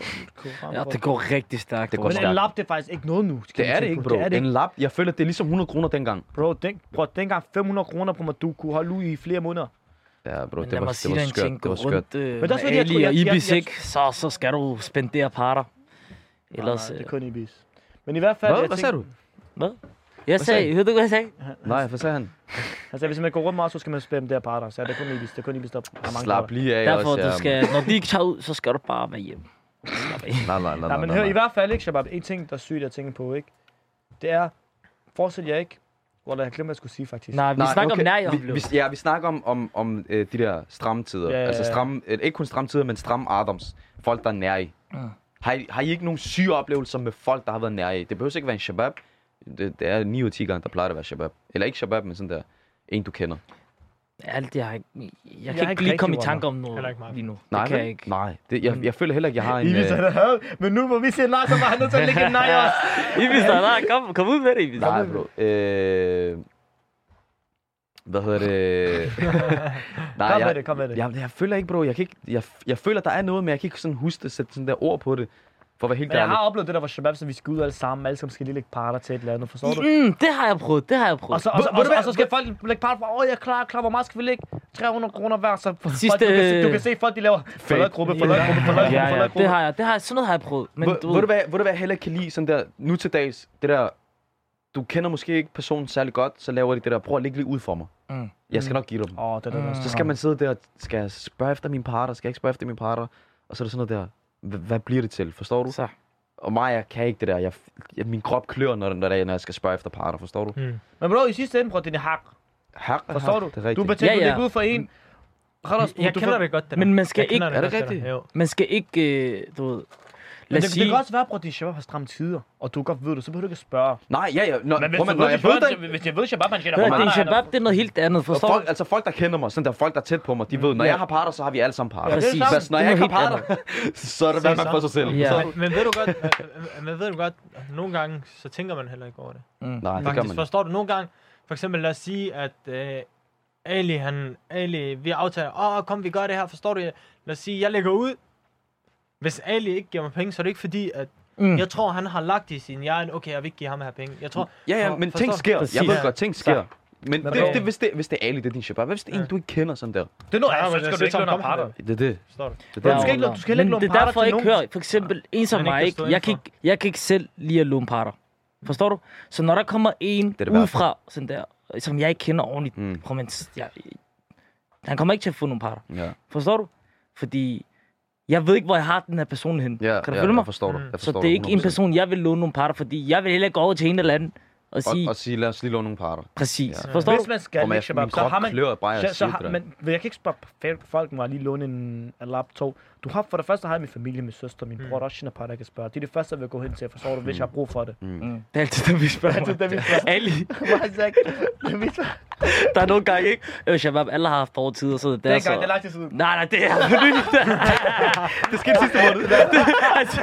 Ja, det går rigtig stærkt. Det går bror. Men stærkt. en lap, det er faktisk ikke noget nu. skal Det man er det tænke ikke, på. bro. Det er det En ikke. lap, jeg føler, det er ligesom hundrede kroner dengang. Bro, den, bro, dengang fem hundrede kroner på mig, du kunne holde ud i flere måneder. Ja, bro, Men det lad var, mig det sige var dig en skørt. ting. Det Gå var skørt. rundt øh, Men med der er fordi, jeg Ali tror- jeg- og jeg- Ibis, jeg- ikke? Så, så skal du spendere parter. Ellers... Nej, det er øh, kun Ibis. Men i hvert fald... Hvad? jeg Hvad sagde du? tænker- Hvad? Jeg sagde sagde... Hørte du, hvad jeg sagde? Nej, hvad sagde han? Han sagde, hvis man går rundt meget, så skal man spæmme der parter. Så er det kun Ibis. Det er kun Ibis, der har mange Slap parter. lige af Derfor, også. du ja. skal... Når de ikke tager ud, så skal du bare være hjemme. Slap af. Nej, nej, nej, Nej, men nej, hør, i nej. hvert fald ikke, Shabab. En ting, der er sygt at tænke på, ikke? Det er... Forestil jer ikke... Hvor jeg glemte, hvad jeg skulle sige, faktisk. Nej, vi Nej, snakker okay. om nær, jeg vi, oplever. vi, Ja, vi snakker om, om, om øh, de der stramme tider. Ja, ja, Altså ja. stramme, øh, ikke kun stramme tider, men stramme Adams. Folk, der er nær i. Mm. Har, I, har I ikke nogen syge oplevelser med folk, der har været nær i? Det behøver ikke være en shabab. Det, det er ni ud af ti gange, der plejer at være shabab. Eller ikke shabab, men sådan der. En, du kender. Alt det, jeg, ikke, jeg, jeg kan ikke ikke lige komme i rigtig, tanke om noget Heller ikke mig. lige nu. Nej, det kan vel? jeg ikke. Nej, det, jeg, jeg føler heller ikke, jeg har en... Ibis, øh, han er had. Men nu hvor vi siger nej, så var han nødt til at lægge en nej også. Ibis, nej, nej, kom, kom ud med det, Ibis. Nej, bro. Øh, hvad hedder det? Nej, Kom jeg, med det, kom med det. Jeg, jeg føler ikke, bro. Jeg, kan ikke, jeg, jeg føler, der er noget, men jeg kan ikke sådan huske det, sætte sådan der ord på det. For at være helt Men jeg ærlig. har oplevet det der, hvor Shabab, så vi skal ud alle sammen, alle sammen skal lige lægge parter til et eller andet, forstår du? Mm, det har jeg prøvet, det har jeg prøvet. Og så, og, så, og, så, og så skal folk lægge parter for, åh, jeg er klar, klar, hvor meget skal vi lægge? tre hundrede kroner hver, så folk, Sidste- du, kan se, du kan se folk, de laver forlad gruppe, forlad gruppe, forlad gruppe, ja, ja, forlad det gruppe. har jeg, det har jeg, sådan noget har jeg prøvet. Men Ved du ved ved, du hvad, ved du hvad jeg heller ikke kan lide sådan der, nu til dags, det der, du kender måske ikke personen særlig godt, så laver de det der, prøv at lægge lige ud for mig. Mm. Jeg skal nok give dig dem. Åh, det er det, der Så skal man sidde der, skal jeg spørge efter mine parter, skal jeg ikke spørge efter mine parter? Og så er det sådan noget der, h- hvad bliver det til, forstår du? så. Og mig, jeg kan ikke det der, jeg, jeg, min krop klør, når, når, det er, når jeg skal spørge efter parter, forstår du? Hmm. Men bro, i sidste ende, bror, det er hak. Hak, Forstår du? Det er Du rigtigt. betaler, Ja, du ja. lægger ud for en. Khalas, du- Jeg du kender får- det godt, det Men der. man skal Jeg kender ikke- Er det godt, rigtigt? der. Jo. Man skal ikke, øh, du ved, Men lad det, os det kan sige... også være, bror, at din Shabab har stramme tider, og du godt ved det, så behøver du ikke at spørge. Nej, ja, ja. Når, Men hvis prøv, du man, når ved, jeg at ved Shabab- den, hvis jeg ved, at Shabab, han tjener Hør, for din meget, shabab, det er noget helt andet, forstår folk, du? altså folk, der kender mig, sådan der folk, der er tæt på mig, de ved, når jeg har parter, så har vi alle sammen parter. Ja, det er Præcis. det samme. Hvis, når Det er jeg ikke noget har helt parter, så er det, hvad man for sig selv. Ja. Men, men ved du godt, men- men ved du godt, at nogle gange, så tænker man heller ikke over det. Mm. Nej, det gør Faktisk, man. forstår du, nogle gange, for eksempel lad os sige, at øh, Ali, han, Ali, vi aftaler, åh, kom, vi gør det her, forstår du? Lad os sige, jeg lægger ud. Hvis Ali ikke giver mig penge, så er det ikke fordi, at Mm. jeg tror, han har lagt i sin hjerne, okay, jeg vil ikke give ham her penge. Jeg tror, Ja, ja, for- men forstår ting du? sker. Præcis. Jeg ved Ja. godt, ting sker. Men Men det, bro- det, hvis, det, hvis det er Ali, det er din shabab. Hvis det er en, Ja. du ikke kender sådan der. Det er noget, Ja, ja, men så det skal er du ikke sådan låne kommer parter. det. Det er det. Forstår du? Det Men er du skal det. ikke, du skal heller ikke Men låne det er parter derfor, til jeg ikke nogen. hører, for eksempel, en som Men ikke mig, at ikke? stå Jeg kan indenfor. ikke, jeg kan ikke selv lide at låne parter. Forstår du? Så når der kommer en det værste. udefra, sådan der, som jeg ikke kender ordentligt, Mm. prøv, men, jeg, han kommer ikke til at få nogle parter. Ja, Forstår du? Fordi jeg ved ikke, hvor jeg har den her person hen. ja, Kan du ja, følge mig? jeg forstår dig. Mm. Jeg Så forstår det er dig ikke en hundrede procent. person, jeg vil låne nogle parter, fordi jeg vil heller ikke gå over til en eller anden og sige, Og, og sige, lad os lige låne nogle parter. præcis. Ja. Forstår du? Hvis man skal Hvor lægge min Shabab, så krop har man... klør bare, jeg Så, så siger har, det der. men jeg kan ikke spørge folk må lige låne en, en laptop. Du har for det første har jeg min familie, min søster, min bror, der er også sine par, der kan spørge. Det er det første, jeg vil gå hen til, forstår du, hvis jeg har brug for det. Mm. Det er altid det, vi spørger Det er mig. det, vi spørger. Ali, Hvad sagt? Det viser. der er nogle gange, ikke? Øh, Shabab, alle har haft hårde tider, så det er Dengang, så... det er lang tid siden. Nej, nej, det er for nyligt. Det skete sidste måned. Altså,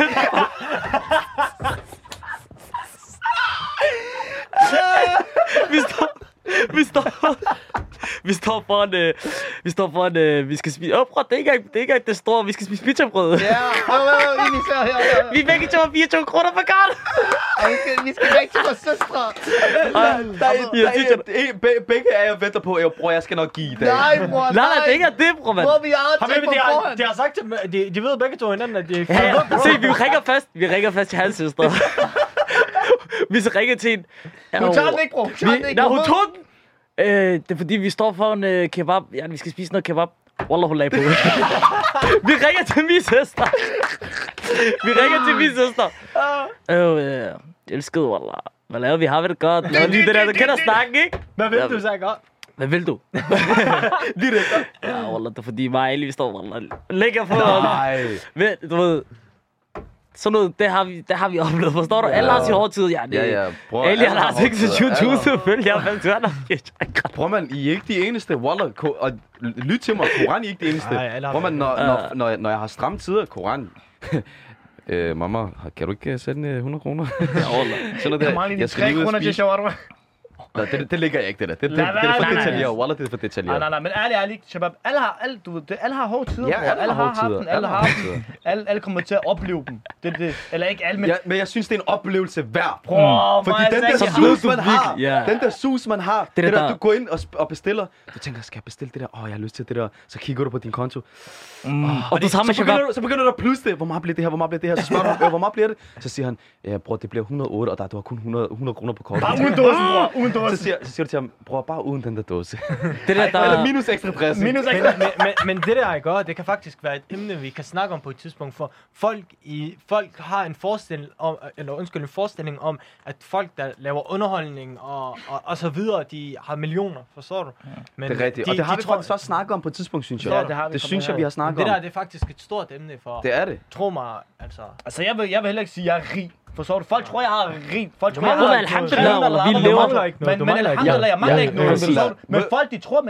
vi står... Vi står... Vi står foran... Øh, vi står foran... Øh, vi skal spise... Åh, oh, bror, det er ikke engang det, er ikke engang det store. Vi skal spise pizzabrød. Ja, ind i så her. Vi er begge to har fireogtyve kroner per kart. Vi skal, vi skal væk til vores søstre. Der er, der Jeg synes, er, det er, be- begge af jer venter på, jeg bror, jeg skal nok give i dag. Nej, bror, Nej, nej, det er ikke det, bror, mand. Bror, vi har Har aftalt vi, på de, har, forhånd. de har sagt til mig, de, de ved begge to hinanden, at de er Ja, ja. Se, vi ringer fast. Vi ringer fast til hans søster. Vi så ringer til en... Hun tager den ikke, bror. Hun tager den Vi, ikke. nej, hun tog den. Øh, det er fordi, vi står foran øh, kebab. Ja, vi skal spise noget kebab. Wallah, hun lagde på. Vi ringer til min søster. Vi ringer til min søster. Øh, øh, elskede, Wallah. Hvad laver vi? Har vi det godt? Laver lige det der, du kender snakken, ikke? Hvad vil du så godt? Hvad vil du? Direkte. Ja, Wallah, det er fordi mig og Ali, vi står, Wallah, lægger på. Nej. Men, du ved... Sådan noget, det har vi, det har vi oplevet, forstår du? Alle har sin hårde tid, ja. Det, Ja, ja. Bror, Ali, alle han har hårde tider. seksogtyve Alle tusind følgere, men du har Prøv man, I er ikke de eneste. Wallah, ko- og lyt til mig, Koran I er ikke de eneste. Nej, alle har Prøv man, det. når, når, når, jeg, når jeg har stramme tider, Koran... øh, mamma, kan du ikke sende øh, hundrede kroner? Sådan noget Jeg der. mangler lige Jeg skal tre lige ud og kroner til spise. shawarma. Nå, det, det ligger jeg ikke, det der. Det, det, Nej, det, det er nej, for nej, nej. detaljeret. Wallah, det er for Nej, detaljeret. nej, nej, men ærligt, ærligt, Shabab, alle har, alle, du ved, det, alle har hårde tider, Ja, bror. alle har haft hårde den, tider. alle Alle har har haft hårde den. Alle, alle kommer til at opleve dem. Det, det, eller ikke alle, men... Ja, men jeg synes, det er en oplevelse værd. Bror, Fordi mig den der altså, ved sus, du man har, virkelig, ja. den der sus, man har, det, der, det der, der- du går ind og, sp- og bestiller, du tænker, skal jeg bestille det der? Åh, oh, jeg har lyst til det der. Så kigger du på din konto. Mm. Oh, Og du tager med så, begynder Shabab. du, så begynder du at plusse det. Hvor meget bliver det her? Hvor meget bliver det her? Så spørger du, "Øh, hvor meget bliver det? Så siger han, ja, bror, det bliver et hundrede og otte, og der, du har kun hundrede, hundrede kroner på kortet. Bare uden dåsen, bror. Uden Så dåsen. siger, så siger du til ham, bror, bare uden den der dåse. Det der, der... Eller minus ekstra dressing. Minus Men, ekstra. men, men, men det der, jeg gør, det kan faktisk være et emne, vi kan snakke om på et tidspunkt, for folk, i, folk har en forestilling om, eller undskyld, en forestilling om, at folk, der laver underholdning og, og, og så videre, de har millioner, forstår du? Men Det er rigtigt. de, Og det har de vi tror- faktisk også snakket om på et tidspunkt, synes jeg. Ja, det har vi det kommet synes jeg, her. vi har Men snakket det der, om. det er faktisk et stort emne for, Det er det. tro mig, altså. Altså, jeg vil, jeg vil heller ikke sige, at jeg er rig. Forstår du? Folk tror, jeg er rig. Folk tror, Du jeg mangler har... alhamdulillah, wallah, vi Du lever- mangler ikke noget. Men, men alhamdulillah, jeg mangler Ja, ikke noget. alhamdulillah. forstår du? Men folk, de tror, men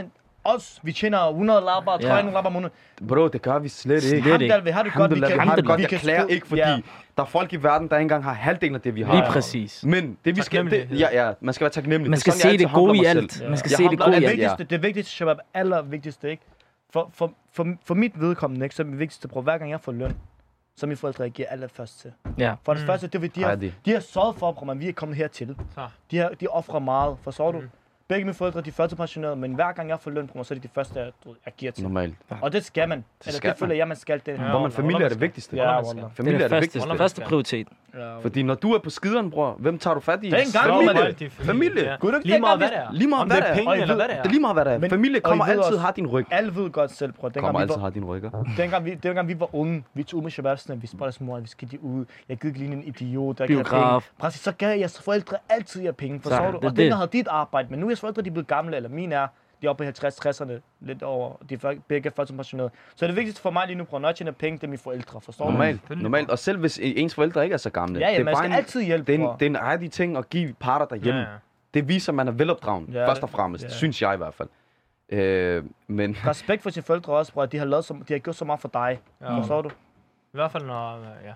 os, vi tjener hundrede lapper, Ja. tre hundrede lapper om måneden. Bro, det gør vi slet ikke. Slet ikke. Hamdal, vi har det godt, vi kan, Vi har det godt, vi jeg kan klager skrive- ikke, fordi Ja. der er folk i verden, der ikke engang har halvdelen af det, vi har. Lige præcis. Men det vi skal... Det, Taknemmelighed. ja, ja, man skal være taknemmelig. Man Det er skal sådan, se jeg altid det gode håndler i mig alt. selv. Man skal Jeg se det håndler gode i alt, Det alt. ja. vigtigste, det vigtigste, Shabab, allervigtigste, ikke? For, for, for, for mit vedkommende, ikke, så er det vigtigste, prøv, hver gang jeg får løn, så er mine forældre reagerer allerførst til. Ja. For det Mm. første, det vil de Ej, har, det- de har sørget for, at man vi er kommet hertil. Så. De, har, de offrer meget, forstår du? Mm. Begge mine forældre, de er førtidspensionerede, men hver gang jeg får løn på mig, så er det de første, jeg, du ved, jeg giver til. Normalt. Og det skal man. Eller skal det føler jeg, man skal det. Ja. Hvor man familie er det vigtigste. Ja, man skal. wallah. Det Familie er er det det første, vigtigste. første prioritet. Ja, Fordi når du er på skideren, bror, hvem tager du fat i? Det er en gang, Familie. man. Familie. Familie. Ja. Kunne du ikke Lige meget dengang, hvad det er. Lige meget Om hvad det det er er. penge Og I eller ved- hvad det er. Det er lige meget, hvad det er. Men- Familie og I kommer ved altid også- har din ryg. alle ved godt selv, bror. Dengang Kommer vi altid var, har din ryg. dengang vi, dengang vi var unge, vi tog ud med Shababsene, vi spurgte mor, vi skal de ud. Jeg gider ikke lige en idiot, der ikke har Biograf. penge. Præcis, så gav jeres forældre altid jer penge, Så, forstår du? det er Og dengang det. havde dit arbejde, men nu er jeres forældre, de er blevet gamle, eller mine er, de er oppe i halvtreds tresserne, lidt over, de er begge førtidspensionerede. Så det vigtigste for mig lige nu, bror, når jeg tjener penge, det er mine forældre, forstår du? Normalt. Normalt. Og selv hvis ens forældre ikke er så gamle. Ja, ja, det er man bare skal en- altid hjælpe, Det er, en, bror. det er en rigtig ting at give parter derhjemme. Ja, ja. Det viser, at man er velopdragen, Ja, først og fremmest. ja. Synes jeg i hvert fald. Øh, men Respekt for sine forældre også, bror. De har, lavet så, de har gjort så meget for dig, Ja. forstår du? I hvert fald når, øh, ja.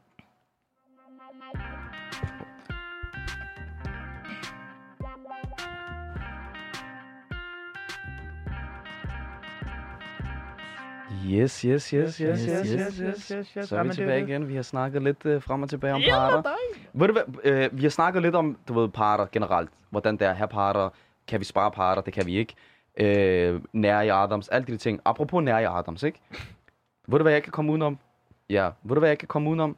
yes, yes, yes, yes, yes, Yes, yes, yes, yes. yes. Så er Jamen, vi det tilbage det. igen. Vi har snakket lidt uh, frem og tilbage om parter. Ved du hvad, øh, vi har snakket lidt om, du ved, parter generelt. Hvordan det er at have parter. Kan vi spare parter? Det kan vi ikke. Øh, Nære i Adams, alle de der ting. Apropos Nære i Adams, ikke? Ved du hvad jeg kan komme udenom? Ja, ved du hvad jeg kan komme udenom?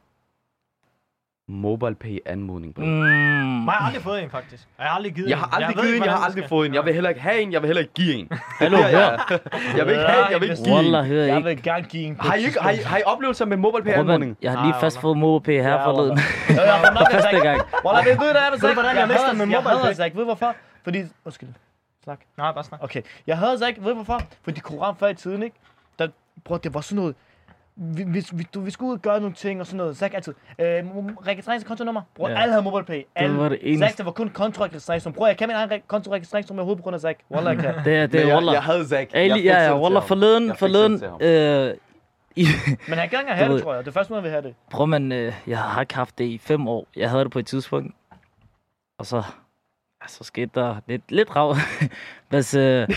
MobilePay anmodning, bro. Mm. Men jeg har aldrig fået en, faktisk. Jeg har aldrig givet Jeg har en. aldrig ved givet ikke, en, jeg har hvordan aldrig det fået en. Jeg vil heller ikke have en, jeg vil heller ikke give en. Hallo, Ja, hør. Jeg vil ikke have en, jeg vil ikke give en. Wallah, hør Jeg ikke. vil gerne give en. Har I, ikke, har, I, har I oplevelser med MobilePay Robin, anmodning? jeg har lige Nej, først Wallah. fået MobilePay her Ja, forleden. Ja, jeg har nok Første gang. Wallah, ved du, der er det så Ved du, ikke? hvordan jeg mister min Jeg MobilePay? havde altså ikke. Ved du hvorfor? Fordi... Undskyld. Snak. Nej, bare snak. Okay. Jeg havde altså ikke. Ved du hvorfor? Fordi Koran før i tiden, ikke? Der, bror, det var sådan noget... Vi, vi, vi, du, vi skulle ud og gøre nogle ting og sådan noget. Zach altid. Øh, registreringskontonummer. Bror, Ja. alle havde MobilePay. Alle. var det eneste. Zach, det var kun kontoregistreringsnummer. Bror, jeg kan min egen re- kontoregistreringsnummer i hovedet på grund af Zach. Wallah, jeg kan. Det er, det Men er jeg, Wallah. jeg havde Zach. Jeg Ali, fik ja, selv ja, til Wallah, ham. forleden, Jeg fik forleden, selv til ham. øh, i, Men han kan ikke have Du det, ved- tror jeg. Det er først nu, vi have det. prøv man, øh, jeg har ikke haft det i fem år. Jeg havde det på et tidspunkt, og så, ja, så skete der lidt, lidt rav. Bas, øh,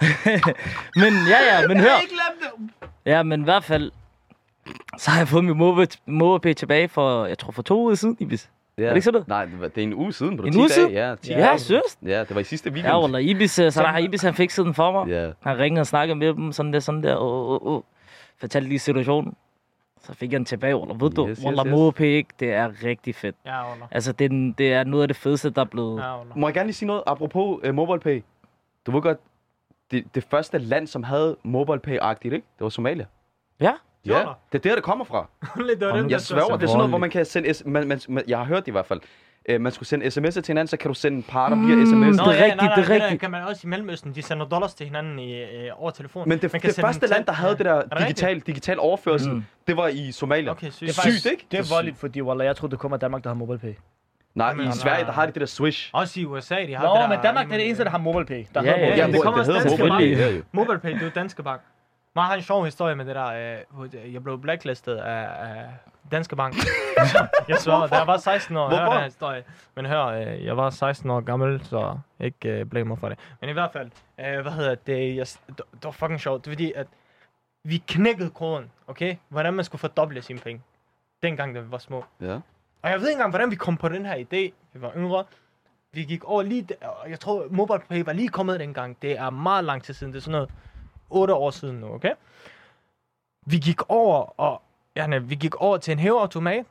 men ja, ja, men hør. Ja, men i hvert fald, så har jeg fået min Mobi- MobilePay tilbage for, jeg tror for to uger siden, Ibis. Ja. Er det ikke sådan noget? Nej, det var- det er en uge siden, bro. En ti uge dage, siden? Ja, ti Ja, dage. seriøst? Ja, det var i sidste weekend. Ja, Wallah, Ibis, øh, så der har Ibis, han fikset den for mig. Ja. Han ringede og snakkede med dem, sådan der, sådan der, og, og, og fortalte lige situationen. Så fik jeg den tilbage, Wallah. Ved du, Yes, yes, Wallah, yes. MobilePay, ikke? Det er rigtig fedt. Ja, Wallah. Altså, det er, den, det er noget af det fedeste, der er blevet... Ja, Wallah. Må jeg gerne lige sige noget apropos uh, MobilePay? Du ved godt, det, det første land, som havde MobilePay-agtigt, ikke? Det var Somalia. Ja. Ja, det er der, det kommer fra. Lidt, det var Hold den, nu der Jeg stod sværger, så- det er sådan noget, hvor man kan sende... S- man, man, man, jeg har hørt det i hvert fald. Uh, man skulle sende sms'er til hinanden, så kan du sende parter via Mm, sms. Nå, Nå, det er ja, rigtigt, nej, nej, det er der rigtigt. kan man også i Mellemøsten, de sender dollars til hinanden i, øh, over telefon. Men det, man kan det sende første dem land, der til- havde det der det digital, digital overførsel, Mm. det var i Somalia. Okay, sygt. Det er faktisk, Sygt, ikke? Det er voldeligt, fordi Wallah, jeg troede, det kommer af Danmark, der har MobilePay. Nej, Jamen, i nej, Sverige, nej. der har de det der Swish. Også i U S A, de har Nå, det der... men Danmark det er det eneste, der har MobilePay. Der Ja, har ja, MobilePay. ja, det det kommer hedder også danske MobilePay, bank. ja, jo. MobilePay, det er jo Danske Bank. Jeg har en sjov historie med det der, øh, hvor jeg blev blacklistet af, af Danske Bank. Jeg sværger, da jeg var seksten år, hør Hvorfor? den her historie. Men hør, øh, jeg var seksten år gammel, så ikke øh, blame mig for det. Men i hvert fald, øh, hvad hedder det, jeg, det, det var fucking sjovt. Det er fordi, at vi knækkede koden, okay? Hvordan man skulle fordoble sine penge. Dengang, da vi var små. Ja. Og jeg ved ikke engang, hvordan vi kom på den her idé. Vi var yngre. Vi gik over lige... Der, og jeg tror, MobilePay var lige kommet dengang. Det er meget lang tid siden. Det er sådan noget otte år siden nu, okay? Vi gik over, og... Ja, nej, vi gik over til en hæveautomat.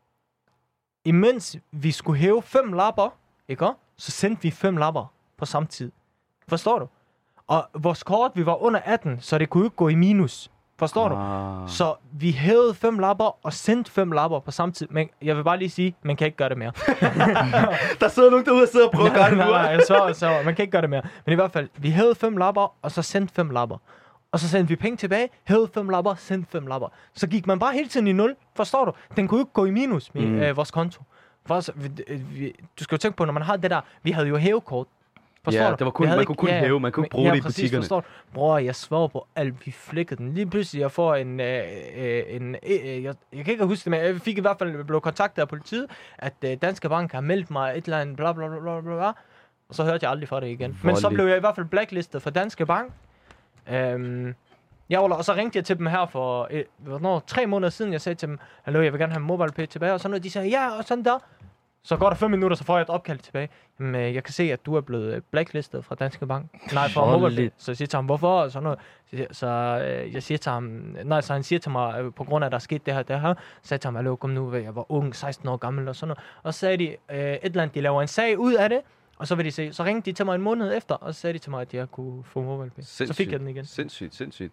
Imens vi skulle hæve fem lapper, ikke? Så sendte vi fem lapper på samme tid. Forstår du? Og vores kort, vi var under atten, så det kunne ikke gå i minus. Forstår du? Ah. Så vi hævede fem lapper og sendte fem lapper på samme tid. Men jeg vil bare lige sige, man kan ikke gøre det mere. Der sidder nogen derude og sidder og prøver at gøre det nu. nej, nej, jeg så, så, man kan ikke gøre det mere. Men i hvert fald, vi hævede fem lapper, og så sendte fem lapper. Og så sendte vi penge tilbage, hævede fem lapper, sendte fem lapper. Så gik man bare hele tiden i nul, forstår du? Den kunne ikke gå i minus med Mm. mm. øh, vores konto. For os, vi, vi, du skal jo tænke på, når man har det der, vi havde jo hævekort. Forstår Ja, du? det var kun, Vi havde man ikke- kunne kun ja, hæve, man kunne ikke men- bruge ja, det i præcis, butikkerne. Forstår du? Bror, jeg svarer på alt, vi flækkede den. Lige pludselig, jeg får en, øh, øh, en øh, jeg, jeg kan ikke huske det, men jeg fik i hvert fald, blev kontaktet af politiet, at øh, Danske Bank har meldt mig et eller andet, bla bla bla bla bla, bla. Og så hørte jeg aldrig fra det igen. Men så Voldeligt. blev jeg i hvert fald blacklistet for Danske Bank. Øhm, ja, og så ringte jeg til dem her for, øh, hvornår, tre måneder siden, jeg sagde til dem, hallo, jeg vil gerne have MobilePay tilbage, og sådan noget. De sagde, ja, og sådan der. Så går der fem minutter, så får jeg et opkald tilbage. Jamen, øh, jeg kan se, at du er blevet øh, blacklistet fra Danske Bank. Nej, fra Voldeligt. MobilePay. Så jeg siger til ham, hvorfor? Og sådan noget. Så, så øh, jeg siger til ham, nej, så han siger til mig, øh, på grund af, at der er sket det her, det her. Så sagde jeg til ham, hallo, kom nu, jeg var ung, seksten år gammel og sådan noget. Og så sagde de, øh, et eller andet, de laver en sag ud af det. Og så vil de se, så ringte de til mig en måned efter, og så sagde de til mig, at jeg kunne få MobilePay. Så fik jeg den igen. Sindssygt, sindssygt.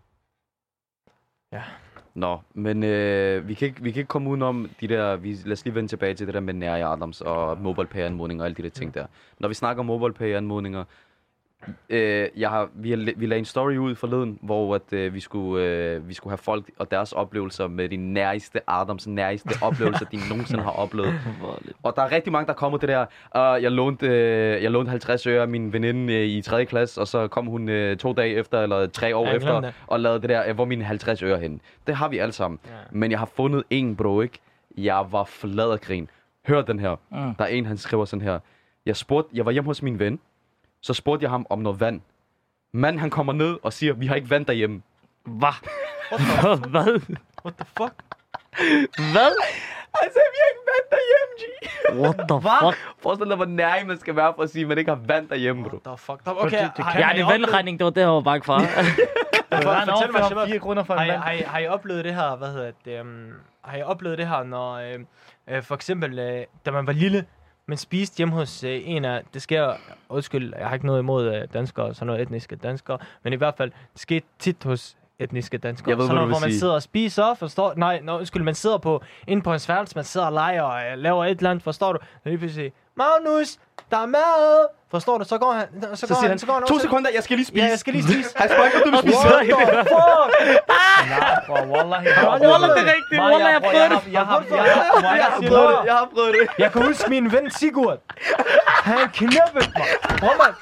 Ja. Nå, men øh, vi, kan ikke, vi kan ikke komme udenom de der, vi, lad os lige vende tilbage til det der med Nær Adams og MobilePay-anmodninger og alle de der ting der. Når vi snakker om MobilePay-anmodninger, øh, jeg har, vi, har, vi lagde en story ud forleden, hvor at, øh, vi, skulle, øh, vi skulle have folk og deres oplevelser med de nærmeste Adams, nærmeste oplevelser, de nogensinde har oplevet. Og der er rigtig mange, der kommer det der, uh, jeg, lånte, øh, jeg lånte halvtreds øre af min veninde øh, i tredje klasse, og så kom hun øh, to dage efter, eller tre år Ja, efter, det. og lavede det der, øh, hvor mine halvtreds øre henne. Det har vi alle sammen. Ja. Men jeg har fundet en, bro, ikke? Jeg var flad af grin. Hør den her. Mm. Der er en, han skriver sådan her. Jeg spurgte, jeg var hjemme hos min ven, så spurgte jeg ham om noget vand. Manden, han kommer ned og siger, vi har ikke vand derhjemme. Hvad? Hvad? What the fuck? Hvad? Altså, vi har ikke vand derhjemme, G. What the fuck? Forestil dig, hvor nær man skal være for at sige, at man ikke har vand derhjemme, bro. What the fuck? Okay, det- det har- kan- Ja, har det I er oplevet- vandregning, det var det, jeg var bange for. Fortæl mig, Shabab. fire kroner for Har en I, mand. har, I, har I oplevet det her, hvad hedder det, um, har I oplevet det her, når øh, øh, for eksempel, øh, da man var lille, man spiste hjemme hos øh, en af, det sker, undskyld, jeg har ikke noget imod øh, danskere, sådan noget etniske danskere, men i hvert fald, det sker tit hos etniske danskere. Jeg ved, sådan hvad du noget, vil hvor man sige. sidder og spiser, forstår, nej, nå, undskyld, man sidder på, inde på hans værelse, man sidder og leger og øh, laver et eller andet, forstår du? Og lige pludselig, Magnus, der er mad, forstår du? Så går han, så, Så går siger han, han, så går han to over til- sekunder, jeg skal lige spise. Ja, jeg skal lige spise. Han spørger ikke, om du vil spise. What the fuck? Nej, bror, wallahi. Wallah, det er rigtigt. Wallah, jeg prøvede det. Jeg har jeg har Jeg har prøvet det, jeg har prøvet det. Jeg kan huske min ven Sigurd. Han knæppede mig. Bror, man.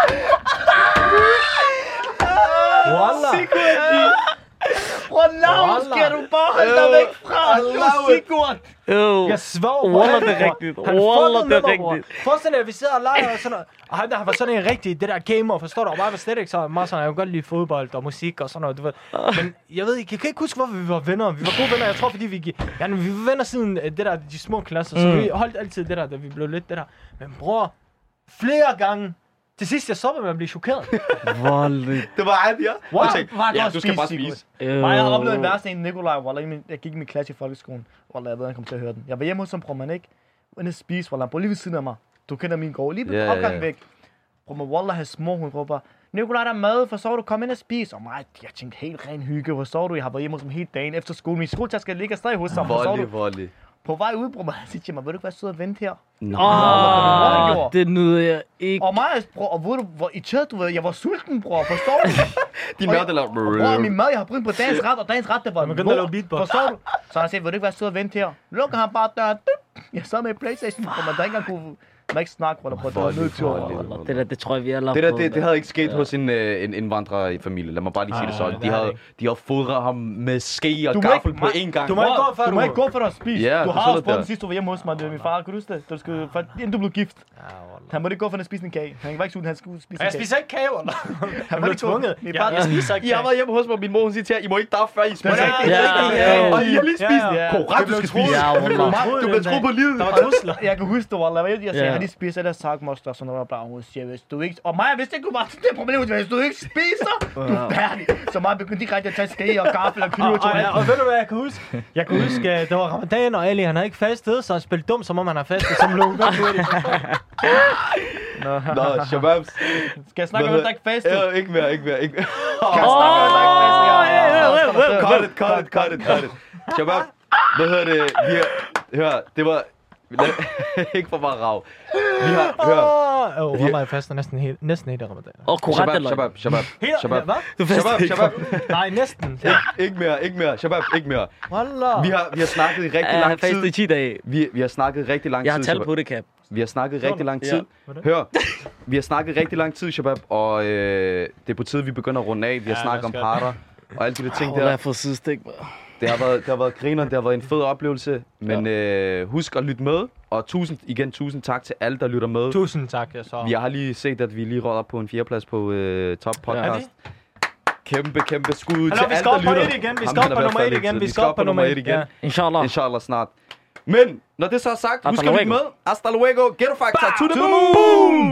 Wallah. Bror, Lav, skal du bare holde dig væk fra? Du Sigurd. Øv. Jeg svag på Wallah, han, det er bror. rigtigt. Han Wallah, fuckede det med er mig, bror. rigtigt. Forestil dig, at vi sidder og leger og sådan noget. Og han, han var sådan en rigtig, det der gamer, forstår du? Og mig var slet ikke så meget sådan, jeg kunne godt lide fodbold og musik og sådan noget, du ved. Men jeg ved ikke, jeg kan ikke huske, hvorfor vi var venner. Vi var gode venner, jeg tror, fordi vi gik... Ja, vi var venner siden øh, det der, de små klasser, så Mm. vi holdt altid det der, da vi blev lidt det der. Men bror, flere gange, til sidst jeg stoppede med at blive chokeret. Voldeligt. Det var alt, ja. Wow. Jeg tænkte, Bare ja, godt du skal bare spise, spise. Øv. Nej, jeg har oplevet en værste en, Nikolaj, Wallah, i min- jeg gik i min klasse i folkeskolen. Wallah, jeg ved, han kom til at høre den. Jeg var hjemme hos ham, bror, man ikke. Jeg var spise, Wallah, han bor lige ved siden af mig. Du kender min gård, lige ved Ja, yeah, ja, opgang ja. væk. Bror, man, Wallah, hans mor, hun råber, Nikolaj, der er mad, for så du kom ind og spise. Og mig, jeg tænkte helt ren hygge, hvor så du, jeg har været hjemme hos ham hele dagen efter skole. Min skoletaske ligger stadig hos ham, for så du. Voldelig, voldelig. På vej ud, bror, man, han siger til mig, vil du ikke være sød og vente her? Åh, gjorde. det nyder jeg ikke. Og mig, bror, og ved du, hvor irriteret du ved, jeg var sulten, bror, forstår du? Din mad, der Og bror, min mad, jeg har brugt på dagens ret, og dagens ret, det var Man begyndte at lave beatbox. Forstår du? Så han sagde, vil du ikke være sød og vente her? Lukker han bare døren. Dup. Jeg sad med Playstation, og man der ikke engang kunne... Man ikke snakke, hvor der på det var nødt til at... Det der, det tror jeg, vi alle har Det der, prøvet. det, det havde ikke sket hos en, øh, en indvandrerfamilie. Lad mig bare lige sige det sådan. De det har havde, det de havde fodret ham med ske og Du må gaffel ikke- på én gang. Du må ikke gå, før Du må du... ikke gå for at spise. Ja, du det er har sådan også prøvet der. den sidste, du var hjemme hos mig. Det var min far. Kan du huske det? Du skulle, for, inden du blev gift. Han måtte ikke gå for at spise en kage. Han var ikke sulten, han skulle spise en Jeg kage. spiser ikke kage, eller? Jeg må blev ikke gå. tvunget. Min Jeg, far- jeg spiser ikke Jeg har kage. været hjemme hos mig, og min mor hun siger til jer, I må ikke daffe, før I spiser. Det er rigtigt, Ja, det er rigtigt. ja, Ja, ja. Og I har lige spist. Ja, ja. Korrekt, du skal spise. Ja, wallah. Du bliver troet på livet. Der var trusler. Jeg kan huske det, Wallah. Jeg sagde, Ja. jeg har lige spist det der sagmoster, og sådan noget, bla, hun siger, hvis du ikke... Og mig, jeg vidste ikke, du var det er problemet, hvis du ikke spiser, du er færdig. Så mig begyndte direkte at tage ske og gaffel og kniv Og, og og, tomat. og, og ved du hvad jeg kan huske? Jeg kan huske, at det var ramadan, og Ali han havde ikke fastet, så han spillede dum, som om han har fastet, som lå godt hurtigt. Nå, shababs. Skal jeg snakke om, at der ikke fast? Ja, ikke mere, ikke mere, ikke mere. Kan jeg snakke om, at der ikke fast? Ja, ja, ja. Cut it, cut it, cut it, cut it. Shabab, hvad hedder det? Vi har, hør, det var... ikke for meget rav. Vi har, hør. Åh, oh, Wallah, jeg faster næsten helt, næsten helt i ramadan. Og korrekt Shabab, eller shabab, shabab, Helt, shabab. hvad? Du faster Shabab, ikke. shabab. Nej, næsten. Ikke, ikke mere, ikke mere. Shabab, ikke mere. Wallah. Vi har, vi har snakket i rigtig Ja, han lang fastet i tid. ti dage. Vi, vi har snakket i rigtig lang Jeg har tid. talt Shabab. på det, Cap. Vi har snakket rigtig lang Ja. tid. Hør, vi har snakket rigtig lang tid, Shabab, og øh, det er på tide, vi begynder at runde af. Vi har Ja, snakket om lad os gøre parter og alle de der ting Hvor har der. jeg fået sidestik, man. Det har været, det har været griner, det har været en fed oplevelse. Men øh, husk at lytte med, og tusind, igen tusind tak til alle, der lytter med. Tusind tak, jeg så. Vi har lige set, at vi lige råd op på en fjerdeplads på øh, Top Podcast. Kæmpe, kæmpe skud Hallo, til vi alle, skal der op på lytter. et igen. Vi Ham, skal han op er på ved at nummer falde et igen. tid. Vi skal op på nummer et igen. igen. Inshallah. Inshallah snart. Men når det så er sagt, husk Hasta at lytte luego. med. Hasta luego. Ghetto Factor to the To the moon!